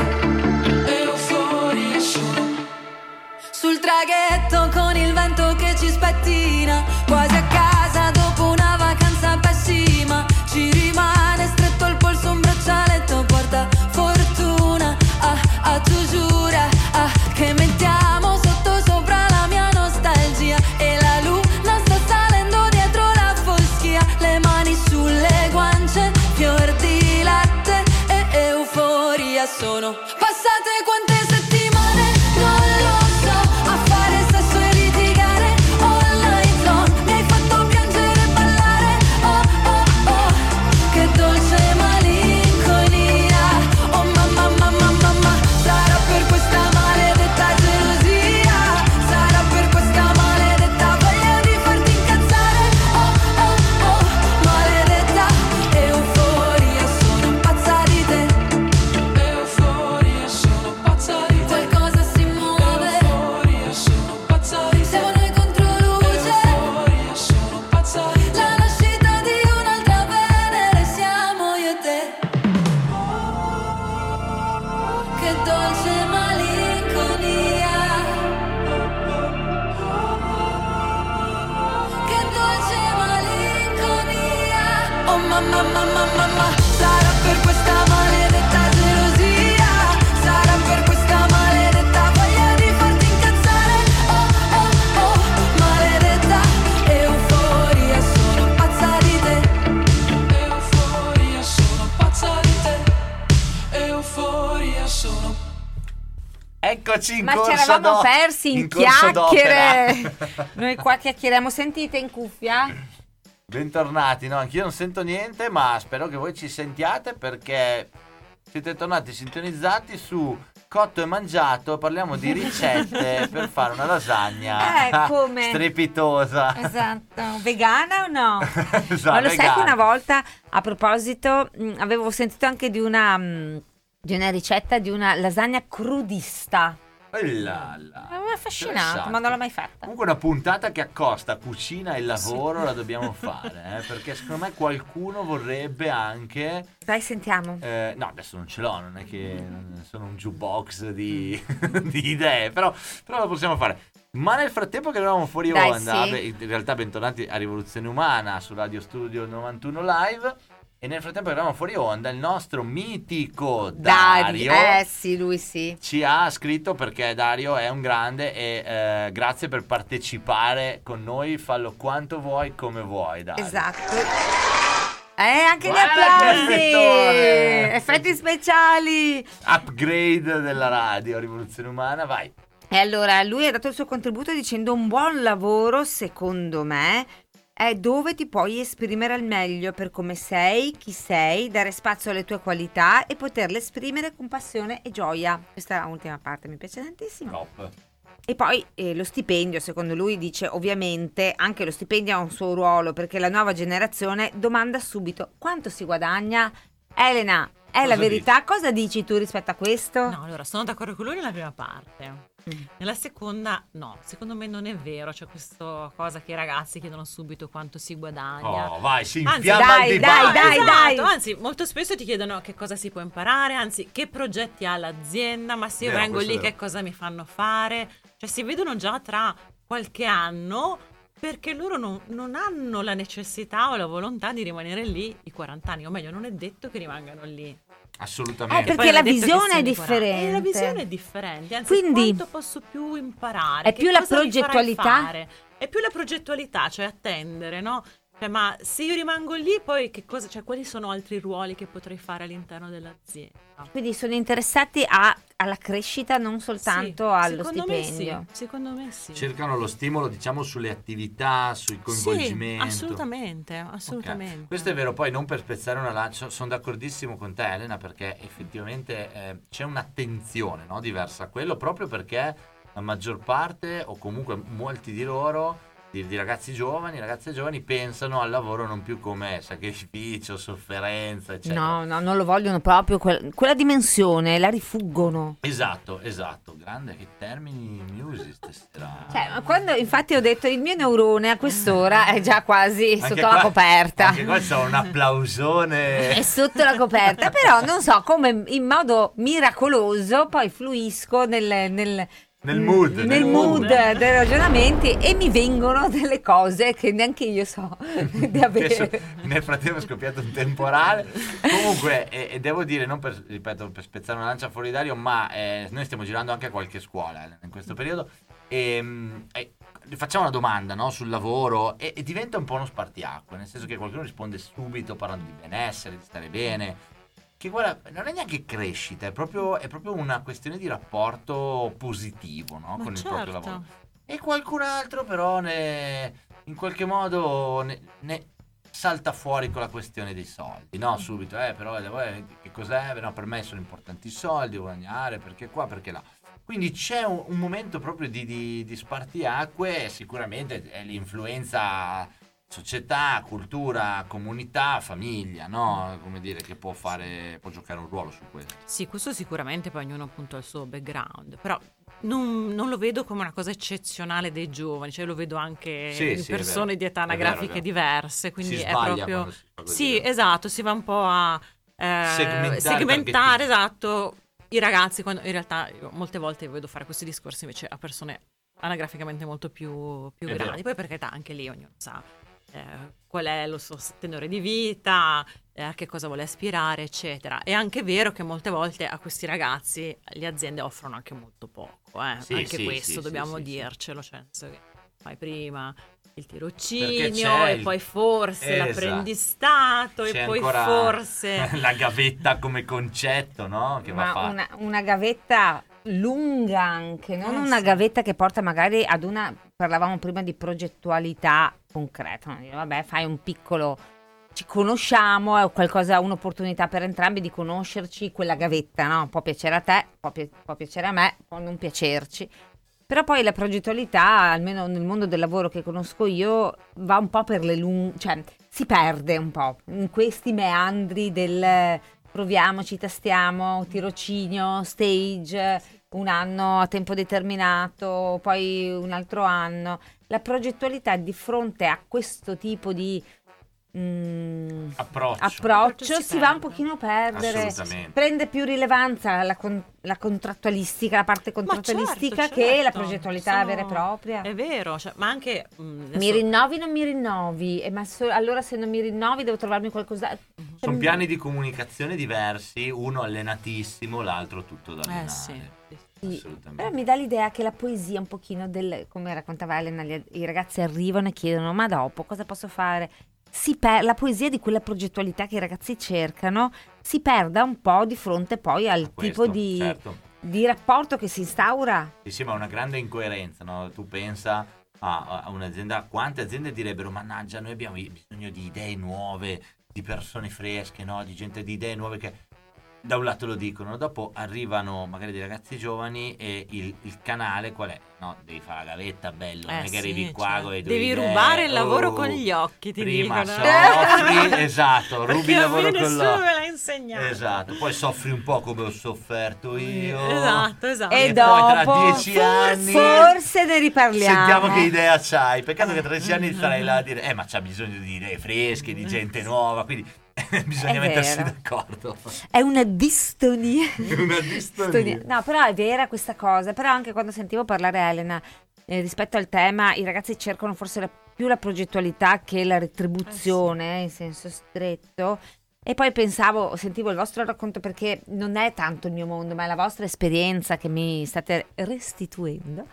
euforia sono. Sul traghetto con il vento che ci spettina, quasi a casa dopo una vacanza pessima. Ci rimane stretto al polso un braccialetto porta fortuna, tu giura, che mettiamo sotto sopra la mia nostalgia. E la luna sta salendo dietro la foschia. Le mani sulle guance, fior di latte e euforia. Sono passate quante settimane, non lo so, a fare sesso e litigare online zone. Mi hai fatto piangere e ballare, oh oh oh, che dolce malinconia. Oh mamma, sarà per questa maledetta gelosia, sarà per questa maledetta voglia di farti incazzare, oh oh oh, maledetta euforia. Sono pazza di te, euforia, sono pazza di te. Qualcosa si muove, euforia, sono pazza di te. Siamo noi contro luce, euforia, sono pazza di te. La nascita di un'altra Venere siamo io e te. Che dolce malinconia, che dolce malinconia. Oh mamma, sarà per questa maledetta gelosia, sarà per questa maledetta voglia di farti incazzare. eccoci in Ma ci corso eravamo persi in corso chiacchiere. d'opera. Noi qua chiacchieriamo. Sentite in cuffia? Bentornati, no, anch'io non sento niente, ma spero che voi ci sentiate perché siete tornati sintonizzati su Cotto e Mangiato. Parliamo di ricette per fare una lasagna come? strepitosa. Esatto. Vegana o no? Esatto, Ma lo sai che vegana. una volta, a proposito, avevo sentito anche di una ricetta di una lasagna crudista. Mi Mi ha affascinato, ma non l'ho mai fatta. Comunque una puntata che accosta cucina e lavoro la dobbiamo fare, perché secondo me qualcuno vorrebbe anche... Dai, sentiamo. no, adesso non ce l'ho, non è che sono un jukebox di idee, però lo possiamo fare. Ma nel frattempo che eravamo fuori Dai, onda, sì. beh, in realtà bentornati a Rivoluzione Umana su Radio Studio 91 Live, e nel frattempo che eravamo fuori onda il nostro mitico Dario Sì, lui sì. ci ha scritto, perché Dario è un grande e grazie per partecipare con noi, fallo quanto vuoi, come vuoi, Dario. Esatto. Anche gli Guarda che applausi! effettone! Effetti speciali! Upgrade della radio Rivoluzione Umana, vai. E allora lui ha dato il suo contributo dicendo: un buon lavoro, secondo me, è dove ti puoi esprimere al meglio per come sei, chi sei, dare spazio alle tue qualità e poterle esprimere con passione e gioia. Questa è l'ultima parte, mi piace tantissimo. Top. E poi lo stipendio, secondo lui, dice ovviamente anche lo stipendio ha un suo ruolo, perché la nuova generazione domanda subito quanto si guadagna. Elena, è Cosa la verità? Cosa dici tu rispetto a questo? No, allora sono d'accordo con lui nella prima parte. Nella seconda, no, secondo me non è vero. C'è questa cosa che i ragazzi chiedono subito quanto si guadagna. Oh, vai, si Anzi, infiamma il dibattito. Esatto, anzi, molto spesso ti chiedono che cosa si può imparare, anzi, che progetti ha l'azienda, ma se io Vero, vengo questo lì è che vero. cosa mi fanno fare. Cioè si vedono già tra qualche anno, perché loro non hanno la necessità o la volontà di rimanere lì i 40 anni, o meglio, non è detto che rimangano lì. Assolutamente. perché Poi la non è detto che visione è siano i 40. differente. La visione è differente, anzi, Quindi, quanto posso più imparare? è più la cosa mi farai progettualità? fare? È più la progettualità, cioè attendere, no? Cioè, ma se io rimango lì, poi che cosa, cioè, quali sono altri ruoli che potrei fare all'interno dell'azienda? Quindi sono interessati alla crescita, non soltanto Sì, allo secondo stipendio. Me sì, secondo me sì. Cercano lo stimolo, diciamo, sulle attività, sul coinvolgimento. Sì, assolutamente. Ok. Questo è vero, poi non per spezzare una lancia, sono d'accordissimo con te, Elena, perché effettivamente c'è un'attenzione, no, diversa a quello, proprio perché la maggior parte, o comunque molti di loro, di ragazzi giovani, ragazze giovani, pensano al lavoro non più come sacrificio, sofferenza, eccetera. No, non lo vogliono proprio, quella dimensione, la rifuggono. Esatto, grande, che termini mi usi stasera. Cioè, quando infatti ho detto il mio neurone a quest'ora è già quasi Anche sotto qua- la coperta. Anche qua c'è un applausone. È sotto la coperta, però non so come in modo miracoloso poi fluisco nel mood, nel mood dei ragionamenti e mi vengono delle cose che neanche io so di avere. Nel frattempo è scoppiato un temporale. Comunque, e devo dire, non per, ripeto, per spezzare una lancia fuori Dario, ma noi stiamo girando anche a qualche scuola in questo periodo. E facciamo una domanda, no, sul lavoro e diventa un po' uno spartiacque, nel senso che qualcuno risponde subito parlando di benessere, di stare bene. Che guarda, non è neanche crescita, è proprio una questione di rapporto positivo, no? Ma Con il certo. proprio lavoro. E qualcun altro però in qualche modo ne salta fuori con la questione dei soldi, no? Subito, però che cos'è? No, per me sono importanti i soldi, guadagnare, perché qua, perché là. Quindi c'è un momento proprio di spartiacque, sicuramente è l'influenza società, cultura, comunità, famiglia, no? Come dire, che può giocare un ruolo su questo. Sì, questo sicuramente, poi ognuno appunto ha il suo background, però non lo vedo come una cosa eccezionale dei giovani, cioè lo vedo anche in persone di età anagrafiche diverse, quindi si è sbaglia proprio quando si fa così, sì, vero? esatto, si va un po' a segmentare, esatto, i ragazzi, quando in realtà io molte volte vedo fare questi discorsi invece a persone anagraficamente molto più grandi, vero. poi per carità anche lì ognuno sa qual è lo suo tenore di vita, a che cosa vuole aspirare, eccetera. È anche vero che molte volte a questi ragazzi le aziende offrono anche molto poco, Sì, anche sì, questo sì, dobbiamo sì, dircelo, cioè, nel senso che fai prima il Perché tirocinio c'è e poi forse Esatto. l'apprendistato C'è e poi ancora forse la gavetta come concetto, no? Che va Ma fatta. una gavetta lunga anche, non una sì. gavetta che porta magari ad una, parlavamo prima di progettualità concreta, no? Dire, vabbè, fai un piccolo, ci conosciamo, è qualcosa, un'opportunità per entrambi di conoscerci, quella gavetta, no? Può piacere a te, può piacere a me, può non piacerci. Però poi la progettualità, almeno nel mondo del lavoro che conosco io, va un po' per le cioè si perde un po' in questi meandri del proviamoci, tastiamo, tirocinio, stage, un anno a tempo determinato, poi un altro anno. La progettualità di fronte a questo tipo di approccio si va un pochino a perdere, Assolutamente. prende più rilevanza la contrattualistica, la parte contrattualistica che la progettualità vera e propria. È vero, cioè, ma anche Mi rinnovi, non mi rinnovi, ma allora se non mi rinnovi devo trovarmi qualcosa. Sono piani di comunicazione diversi, uno allenatissimo, l'altro tutto da allenare. sì. Sì, Assolutamente. però mi dà l'idea che la poesia un pochino come raccontava Elena, i ragazzi arrivano e chiedono ma dopo cosa posso fare? La poesia di quella progettualità che i ragazzi cercano si perda un po' di fronte poi al tipo di, certo. di rapporto che si instaura. Sì, ma una grande incoerenza, no? Tu pensa a un'azienda, quante aziende direbbero mannaggia, noi abbiamo bisogno di idee nuove, di persone fresche, no? Di gente, di idee nuove che da un lato lo dicono, dopo arrivano magari dei ragazzi giovani e il canale qual è? No, devi fare la gavetta, bello, non è che arrivi qua con le tue devi idee, rubare il lavoro con gli occhi, ti prima dicono. soffri, esatto, rubi Perché il a lavoro me con nessuno l'occhio. me l'ha insegnato. Esatto, poi soffri un po' come ho sofferto io. Esatto. E E poi tra dopo 10 anni forse ne riparliamo. sentiamo che idea c'hai. Peccato che tra 10 anni starai là a dire ma c'ha bisogno di idee fresche, di gente nuova, quindi bisogna È mettersi vero. d'accordo. È una distonia. Una distonia. No, però è vera questa cosa. Però anche quando sentivo parlare Elena rispetto al tema, i ragazzi cercano forse più la progettualità che la retribuzione in senso stretto. E poi sentivo il vostro racconto perché non è tanto il mio mondo, ma è la vostra esperienza che mi state restituendo,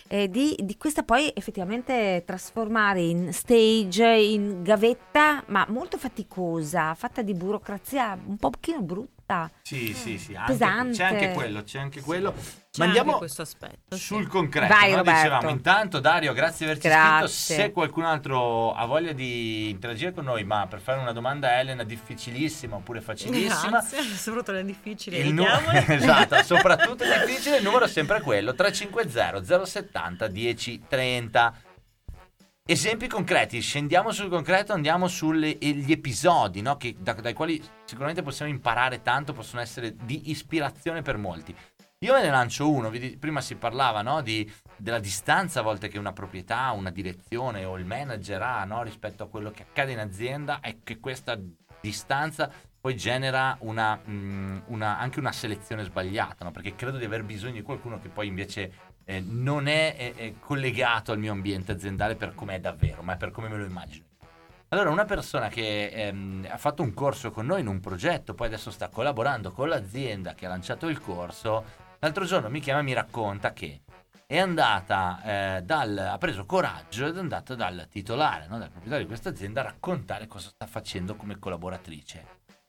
di questa poi effettivamente trasformare in stage, in gavetta, ma molto faticosa, fatta di burocrazia un pochino brutta. Sì, Pesante. c'è anche quello. C'è Ma andiamo anche questo aspetto. sul concreto. Vai, no? Roberto. Dicevamo intanto, Dario, grazie di averci Grazie. iscritto. Se qualcun altro ha voglia di interagire con noi, ma per fare una domanda a Elena difficilissima oppure facilissima, Grazie, soprattutto è difficile. esatto, soprattutto è difficile, il numero è sempre quello 350 070 1030. Esempi concreti, scendiamo sul concreto, andiamo sugli episodi, no? Dai quali sicuramente possiamo imparare tanto, possono essere di ispirazione per molti. Io ve ne lancio uno, prima si parlava, no? Della distanza a volte che una proprietà, una direzione o il manager ha, no? Rispetto a quello che accade in azienda, e che questa distanza poi genera anche una selezione sbagliata, no? Perché credo di aver bisogno di qualcuno che poi invece non è collegato al mio ambiente aziendale per com'è davvero, ma è per come me lo immagino. Allora, una persona che ha fatto un corso con noi in un progetto, poi adesso sta collaborando con l'azienda che ha lanciato il corso, l'altro giorno mi chiama e mi racconta che è andata ha preso coraggio ed è andata dal titolare, no, dal proprietario di questa azienda, a raccontare cosa sta facendo come collaboratrice.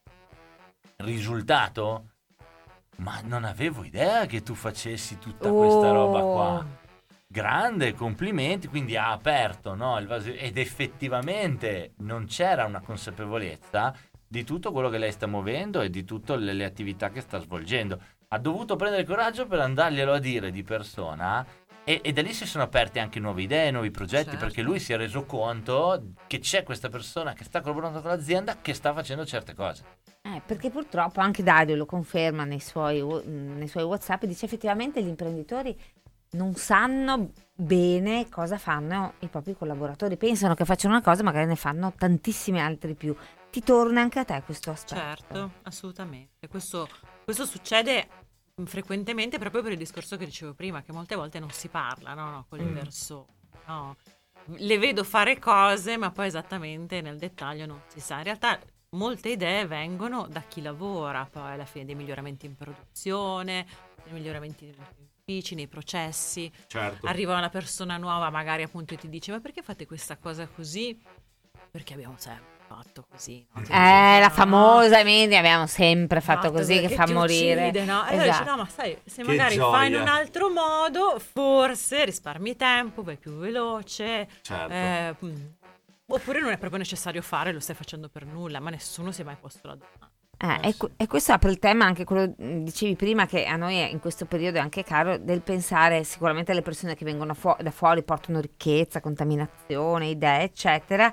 Risultato? Ma non avevo idea che tu facessi tutta questa roba qua. Grande, complimenti. Quindi ha aperto, no, il vaso, ed effettivamente non c'era una consapevolezza di tutto quello che lei sta muovendo e di tutte le attività che sta svolgendo. Ha dovuto prendere il coraggio per andarglielo a dire di persona, e da lì si sono aperte anche nuove idee, nuovi progetti, certo. Perché lui si è reso conto che c'è questa persona che sta collaborando con l'azienda che sta facendo certe cose. Perché purtroppo anche Dario lo conferma nei suoi WhatsApp, dice effettivamente gli imprenditori non sanno bene cosa fanno i propri collaboratori, pensano che facciano una cosa, magari ne fanno tantissime altre più. Ti torna anche a te questo aspetto? Certo, assolutamente. Questo succede frequentemente proprio per il discorso che dicevo prima, che molte volte non si parla, no, con le persone, no. Le vedo fare cose, ma poi esattamente nel dettaglio non si sa. In realtà molte idee vengono da chi lavora, poi alla fine dei miglioramenti in produzione, dei miglioramenti negli uffici, nei processi. Certo. Arriva una persona nuova magari appunto e ti dice ma perché fate questa cosa così? Perché abbiamo sempre fatto così, no? La famosa Mindy, abbiamo sempre fatto così, che fa ti morire. uccide, no? E Esatto. allora dice, no, ma sai, se Che magari gioia. fai in un altro modo, forse risparmi tempo, vai più veloce. Certo. Oppure non è proprio necessario fare, lo stai facendo per nulla, ma nessuno si è mai posto la domanda. E questo apre il tema, anche quello dicevi prima, che a noi in questo periodo è anche caro, del pensare sicuramente alle persone che vengono da fuori, portano ricchezza, contaminazione, idee, eccetera.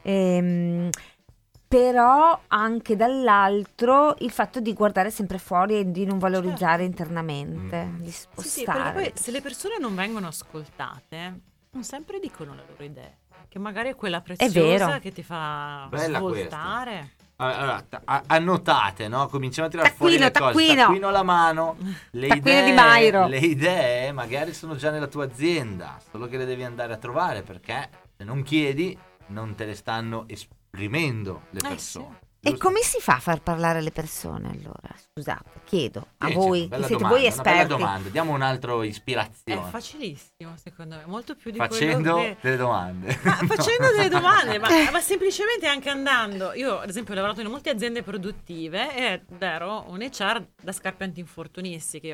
Però anche dall'altro il fatto di guardare sempre fuori e di non valorizzare internamente, di spostare. Sì, perché poi se le persone non vengono ascoltate, non sempre dicono la loro idea, che magari è quella preziosa vero. che ti fa Bella svoltare. Allora, annotate, no? Cominciamo a tirare fuori le cose. Taccuino. Taccuino alla mano. Taccuino di Mairo. Le idee magari sono già nella tua azienda, solo che le devi andare a trovare, perché se non chiedi non te le stanno esprimendo le persone. E come si fa a far parlare le persone allora? Scusate, chiedo a voi, che siete domanda, voi una esperti. bella domanda, diamo un'altra È ispirazione. facilissimo, secondo me, molto più di Facendo quello che... delle domande. Ma facendo delle domande, ma semplicemente anche andando. Io, ad esempio, ho lavorato in molte aziende produttive ed ero un HR da scarpe antinfortunistiche.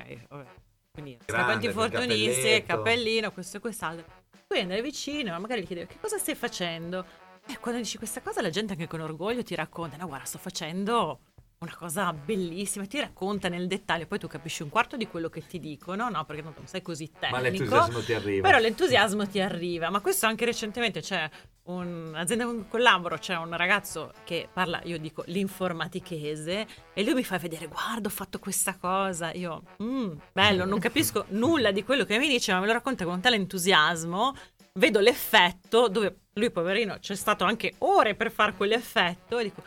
Quindi scarpe Grande, antinfortunistiche, col cappelletto. cappellino, questo e quest'altro. Poi andai vicino, magari gli chiedevo che cosa stai facendo. E quando dici questa cosa, la gente anche con orgoglio ti racconta: no, guarda, sto facendo una cosa bellissima, ti racconta nel dettaglio, poi tu capisci un quarto di quello che ti dicono, no, perché non sei così tecnico, Ma l'entusiasmo ti arriva. però l'entusiasmo ti arriva. Ma questo anche recentemente c'è un'azienda con cui collaboro, c'è un ragazzo che parla, io dico l'informatichese, e lui mi fa vedere: guarda, ho fatto questa cosa. Io bello, non capisco nulla di quello che mi dice, ma me lo racconta con tale entusiasmo. Vedo l'effetto, dove lui, poverino, c'è stato anche ore per fare quell'effetto, e dico: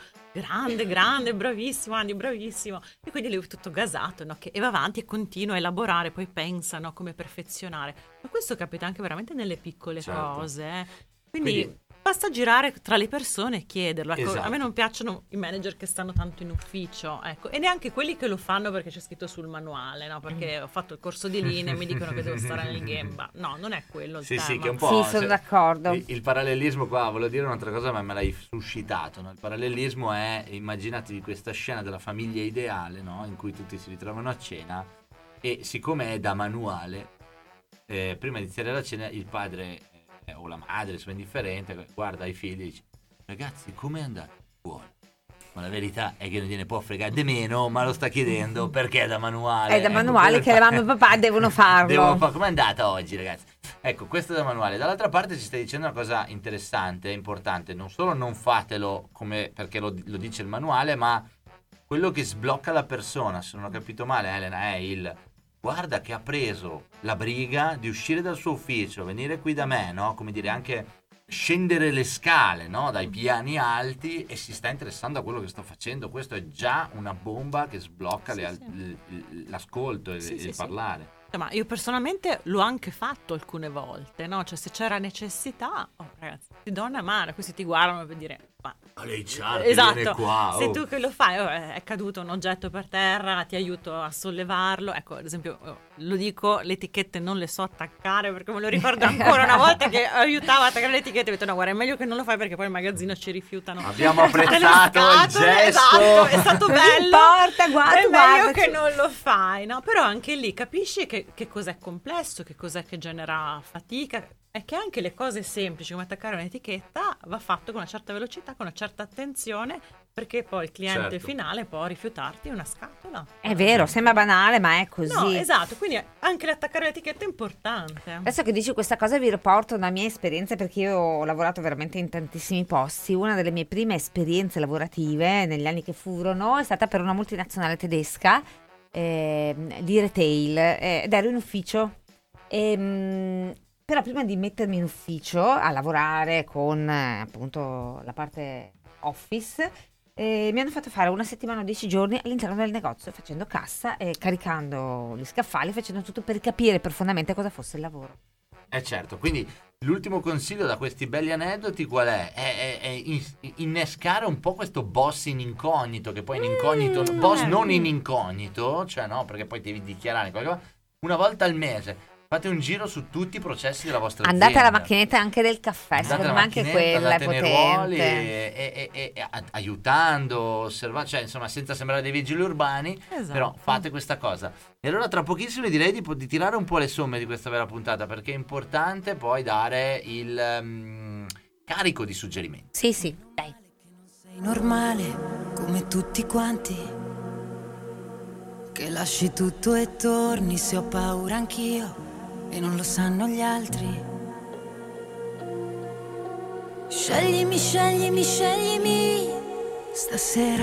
grande, bravissimo Andy, bravissimo. E quindi lui è tutto gasato, no? E va avanti e continua a elaborare, poi pensa, no, come perfezionare. Ma questo capita anche veramente nelle piccole Certo. cose. Quindi basta girare tra le persone e chiederlo. Ecco, Esatto. a me non piacciono i manager che stanno tanto in ufficio, ecco, e neanche quelli che lo fanno perché c'è scritto sul manuale, no? Perché ho fatto il corso di linea e mi dicono che devo stare nel Gemba. No, non è quello il tema. Sì, che un po'. Sì, sono d'accordo. Il parallelismo qua, volevo dire un'altra cosa, ma me l'hai suscitato, no? Il parallelismo è, immaginatevi questa scena della famiglia ideale, no? In cui tutti si ritrovano a cena e siccome è da manuale, prima di iniziare la cena il padre o la madre, insomma indifferente, guarda i figli e dice: ragazzi, com'è andato a scuola? Ma la verità è che non gliene può fregare di meno, ma lo sta chiedendo perché è da manuale. È da manuale che le mamma e papà devono farlo. Com'è andata oggi, ragazzi? Ecco, questo è da manuale. Dall'altra parte ci stai dicendo una cosa interessante, importante. Non solo non fatelo come perché lo dice il manuale, ma quello che sblocca la persona, se non ho capito male, Elena, è il: guarda che ha preso la briga di uscire dal suo ufficio, venire qui da me, no? Come dire, anche scendere le scale, no? Dai piani alti, e si sta interessando a quello che sto facendo. Questo è già una bomba che sblocca l'ascolto e il parlare. Ma io personalmente l'ho anche fatto alcune volte, no? Cioè, se c'era necessità, ragazzi, ti do una mano, questi ti guardano per dire: ma lei viene esatto, qua, se tu che lo fai, è caduto un oggetto per terra, ti aiuto a sollevarlo. Ecco, ad esempio, lo dico, le etichette non le so attaccare, perché me lo ricordo ancora una volta che aiutavo a attaccare le etichette, ho detto: no, guarda, è meglio che non lo fai, perché poi il magazzino ci rifiutano. Abbiamo apprezzato il gesto. Esatto, è stato bello. Non importa, guarda, è meglio guarda. che non lo fai, no? Però anche lì capisci che cos'è complesso, che cos'è che genera fatica, e che anche le cose semplici come attaccare un'etichetta va fatto con una certa velocità, con una certa attenzione, perché poi il cliente finale può rifiutarti una scatola. È vero, sembra banale, ma è così. No, esatto, quindi anche l'attaccare l'etichetta è importante. Adesso che dici questa cosa vi riporto una mia esperienza, perché io ho lavorato veramente in tantissimi posti. Una delle mie prime esperienze lavorative negli anni che furono è stata per una multinazionale tedesca di retail, ed ero in ufficio. Però prima di mettermi in ufficio a lavorare con appunto la parte office, mi hanno fatto fare una settimana o 10 giorni all'interno del negozio, facendo cassa e caricando gli scaffali, facendo tutto per capire profondamente cosa fosse il lavoro. Certo, quindi l'ultimo consiglio da questi belli aneddoti qual è? È innescare un po' questo boss in incognito, che poi in incognito, boss non in incognito, cioè no, perché poi devi dichiarare qualcosa, una volta al mese. Fate un giro su tutti i processi della vostra Andate azienda. alla macchinetta anche del caffè, Andate secondo alla me anche macchinetta, quella è andate nei ruoli potente. e aiutando, osservando, cioè insomma senza sembrare dei vigili urbani, Esatto. però fate questa cosa. E allora tra pochissimo direi di tirare un po' le somme di questa vera puntata, perché è importante poi dare il carico di suggerimenti. Sì, sì, dai. Sei normale come tutti quanti, che lasci tutto e torni se ho paura anch'io e non lo sanno gli altri. Sceglimi, sceglimi, sceglimi stasera.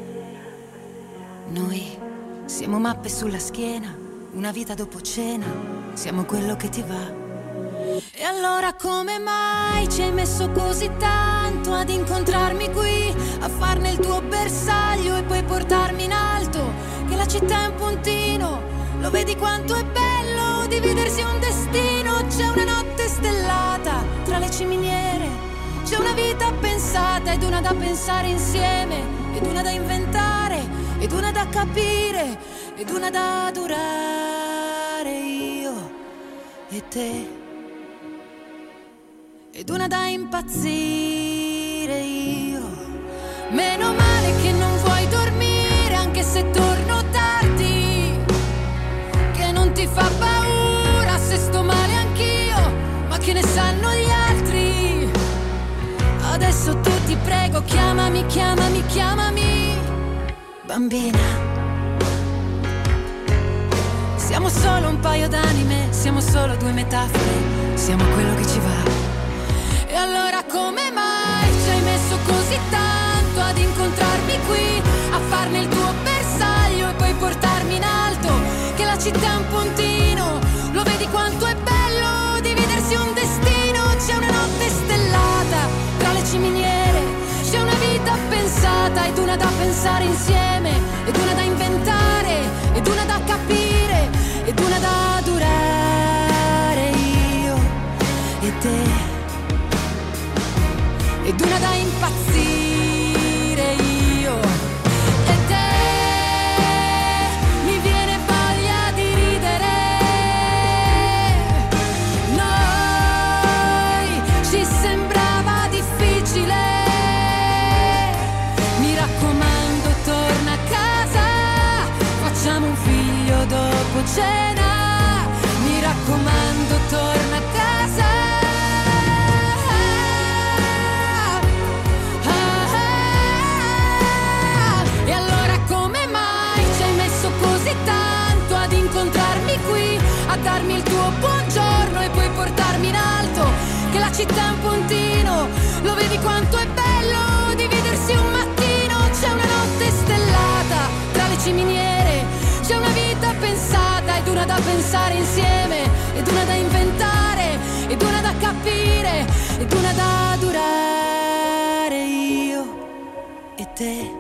Noi siamo mappe sulla schiena, una vita dopo cena, siamo quello che ti va. E allora come mai ci hai messo così tanto ad incontrarmi qui, a farne il tuo bersaglio e poi portarmi in alto? Che la città è un puntino, lo vedi quanto è bello dividersi un destino. C'è una notte stellata tra le ciminiere, c'è una vita pensata ed una da pensare insieme, ed una da inventare, ed una da capire, ed una da durare io e te. Ed una da impazzire io. Meno male che non vuoi dormire anche se torno tardi, che non ti fa paura se sto male anch'io, ma che ne sanno gli altri. Adesso tu ti prego chiamami, chiamami, chiamami bambina. Siamo solo un paio d'anime, siamo solo due metafore, siamo quello che ci va. E allora come mai ci hai messo così tanto ad incontrarmi qui, a farne il tuo bersaglio e poi portarmi in alto? Che la città è un puntino, lo vedi quanto è bello dividersi un destino. C'è una notte stellata tra le ciminiere, c'è una vita pensata ed una da pensare insieme, ed una da inventare, ed una da capire, ed una da durare io e te. Ed una da impazzire io e te. Mi viene voglia di ridere. Noi ci sembrava difficile. Mi raccomando torna a casa, facciamo un figlio dopo cena. Mi raccomando torna a casa. Tanto ad incontrarmi qui, a darmi il tuo buongiorno e poi portarmi in alto. Che la città è un puntino, lo vedi quanto è bello dividersi un mattino. C'è una notte stellata tra le ciminiere, c'è una vita pensata ed una da pensare insieme, ed una da inventare, ed una da capire, ed una da durare io e te.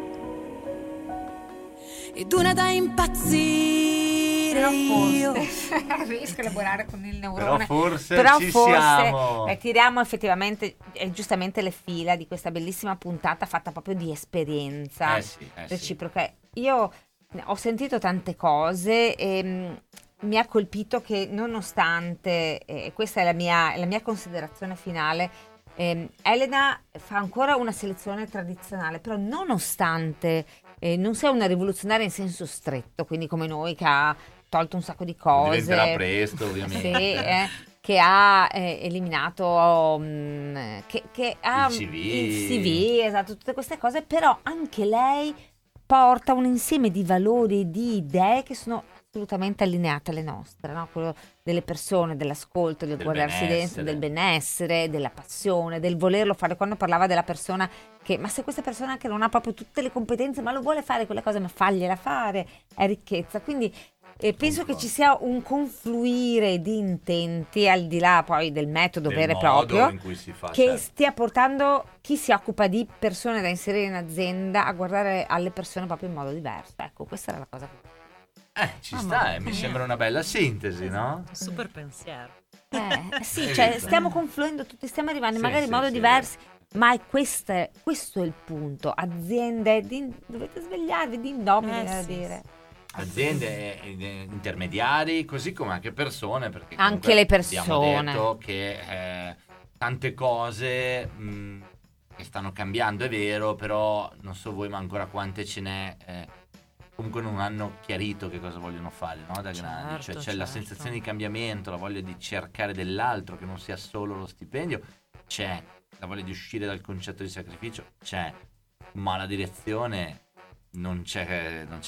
Ed una da impazzire Però io. forse riesco a elaborare con il Però neurone. forse Però ci forse siamo. tiriamo effettivamente giustamente le fila di questa bellissima puntata fatta proprio di esperienza Sì. reciproca. Io ho sentito tante cose e mi ha colpito che nonostante, e questa è la mia considerazione finale, Elena fa ancora una selezione tradizionale, però nonostante non sia una rivoluzionaria in senso stretto, quindi come noi che ha tolto un sacco di cose, Diventerà presto ovviamente. sì, che ha eliminato che ha Il CV. il CV, esatto, tutte queste cose, però anche lei porta un insieme di valori e di idee che sono assolutamente allineate alle nostre, no? Quello delle persone, dell'ascolto, del guardarsi dentro, del benessere, della passione, del volerlo fare. Quando parlava della persona che, ma se questa persona anche non ha proprio tutte le competenze, ma lo vuole fare quelle cose, ma fagliela fare, è ricchezza. Quindi penso che ci sia un confluire di intenti, al di là poi del metodo vero e proprio, in cui si fa, che certo. stia portando chi si occupa di persone da inserire in azienda a guardare alle persone proprio in modo diverso. Ecco, questa era la cosa che... Ci sta, mi sembra una bella sintesi, no? Super pensiero. Sì, Hai cioè visto? stiamo confluendo tutti, stiamo arrivando Sì, magari sì, in modo sì, diverso, ma questo è il punto. Aziende, dovete svegliarvi, di indomini, da Sì, dire. aziende intermediari, così come anche persone, perché Anche le abbiamo persone. detto che tante cose che stanno cambiando, è vero, però non so voi, ma ancora quante ce n'è comunque non hanno chiarito che cosa vogliono fare, no? Da grandi, cioè c'è la sensazione di cambiamento, la voglia di cercare dell'altro, che non sia solo lo stipendio, c'è la voglia di uscire dal concetto di sacrificio, c'è, ma la direzione non c'è. Non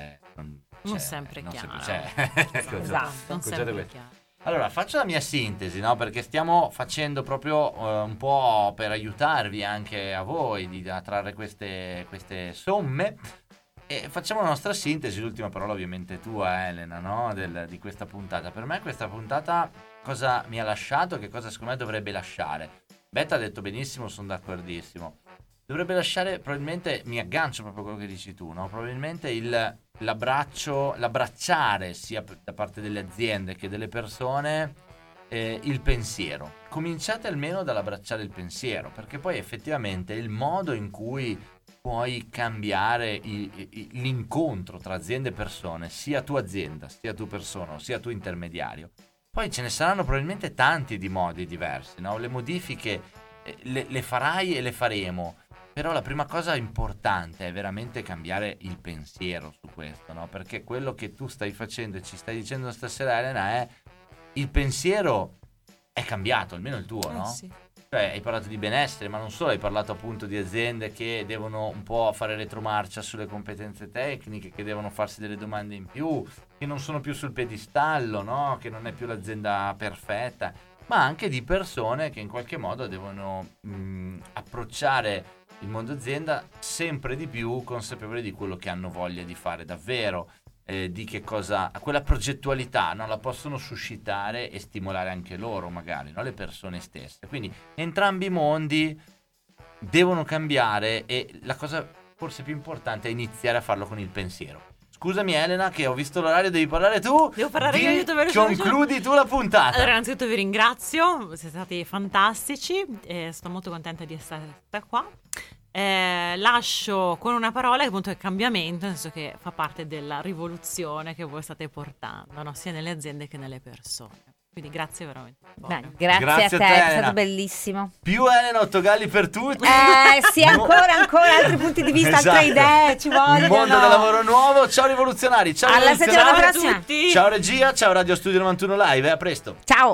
sempre non chiaro. sempre c'è. Esatto. Non Concetto sempre questo. chiaro. Allora, faccio la mia sintesi, no? Perché stiamo facendo proprio un po' per aiutarvi anche a voi a trarre queste somme. E facciamo la nostra sintesi, l'ultima parola ovviamente tua, Elena, no? Di questa puntata. Per me questa puntata cosa mi ha lasciato, che cosa secondo me dovrebbe lasciare? Betta ha detto benissimo, sono d'accordissimo. Dovrebbe lasciare, probabilmente, mi aggancio proprio a quello che dici tu, no? Probabilmente l'abbracciare sia da parte delle aziende che delle persone il pensiero. Cominciate almeno dall'abbracciare il pensiero, perché poi effettivamente il modo in cui puoi cambiare l'incontro tra aziende e persone, sia tua azienda, sia tu persona, sia tu intermediario. Poi ce ne saranno probabilmente tanti di modi diversi, no? Le modifiche le farai e le faremo. Però la prima cosa importante è veramente cambiare il pensiero su questo, no? Perché quello che tu stai facendo e ci stai dicendo stasera, Elena, è il pensiero è cambiato, almeno il tuo, no? Sì. Cioè, hai parlato di benessere, ma non solo, hai parlato appunto di aziende che devono un po' fare retromarcia sulle competenze tecniche, che devono farsi delle domande in più, che non sono più sul piedistallo, no? Che non è più l'azienda perfetta, ma anche di persone che in qualche modo devono approcciare il mondo azienda sempre di più consapevoli di quello che hanno voglia di fare davvero, di che cosa, quella progettualità, no? La possono suscitare e stimolare anche loro magari, no? Le persone stesse. Quindi entrambi i mondi devono cambiare e la cosa forse più importante è iniziare a farlo con il pensiero. Scusami Elena che ho visto l'orario, devi parlare tu. Devo parlare io, aiuto veloce. Concludi tu la puntata. Allora, innanzitutto vi ringrazio, siete stati fantastici, sto molto contenta di essere stata qua. Lascio con una parola che appunto è cambiamento, nel senso che fa parte della rivoluzione che voi state portando, no? Sia nelle aziende che nelle persone. Quindi grazie veramente. Beh, grazie a te, è stato bellissimo. Più Elena Ottogalli per tutti. Sì, ancora altri punti di vista, esatto. Altre idee ci vogliono. Un mondo del lavoro nuovo. Ciao rivoluzionari, ciao alla rivoluzionari. settimana prossima. Tutti. Ciao regia, ciao Radio Studio 91 Live, a presto. Ciao.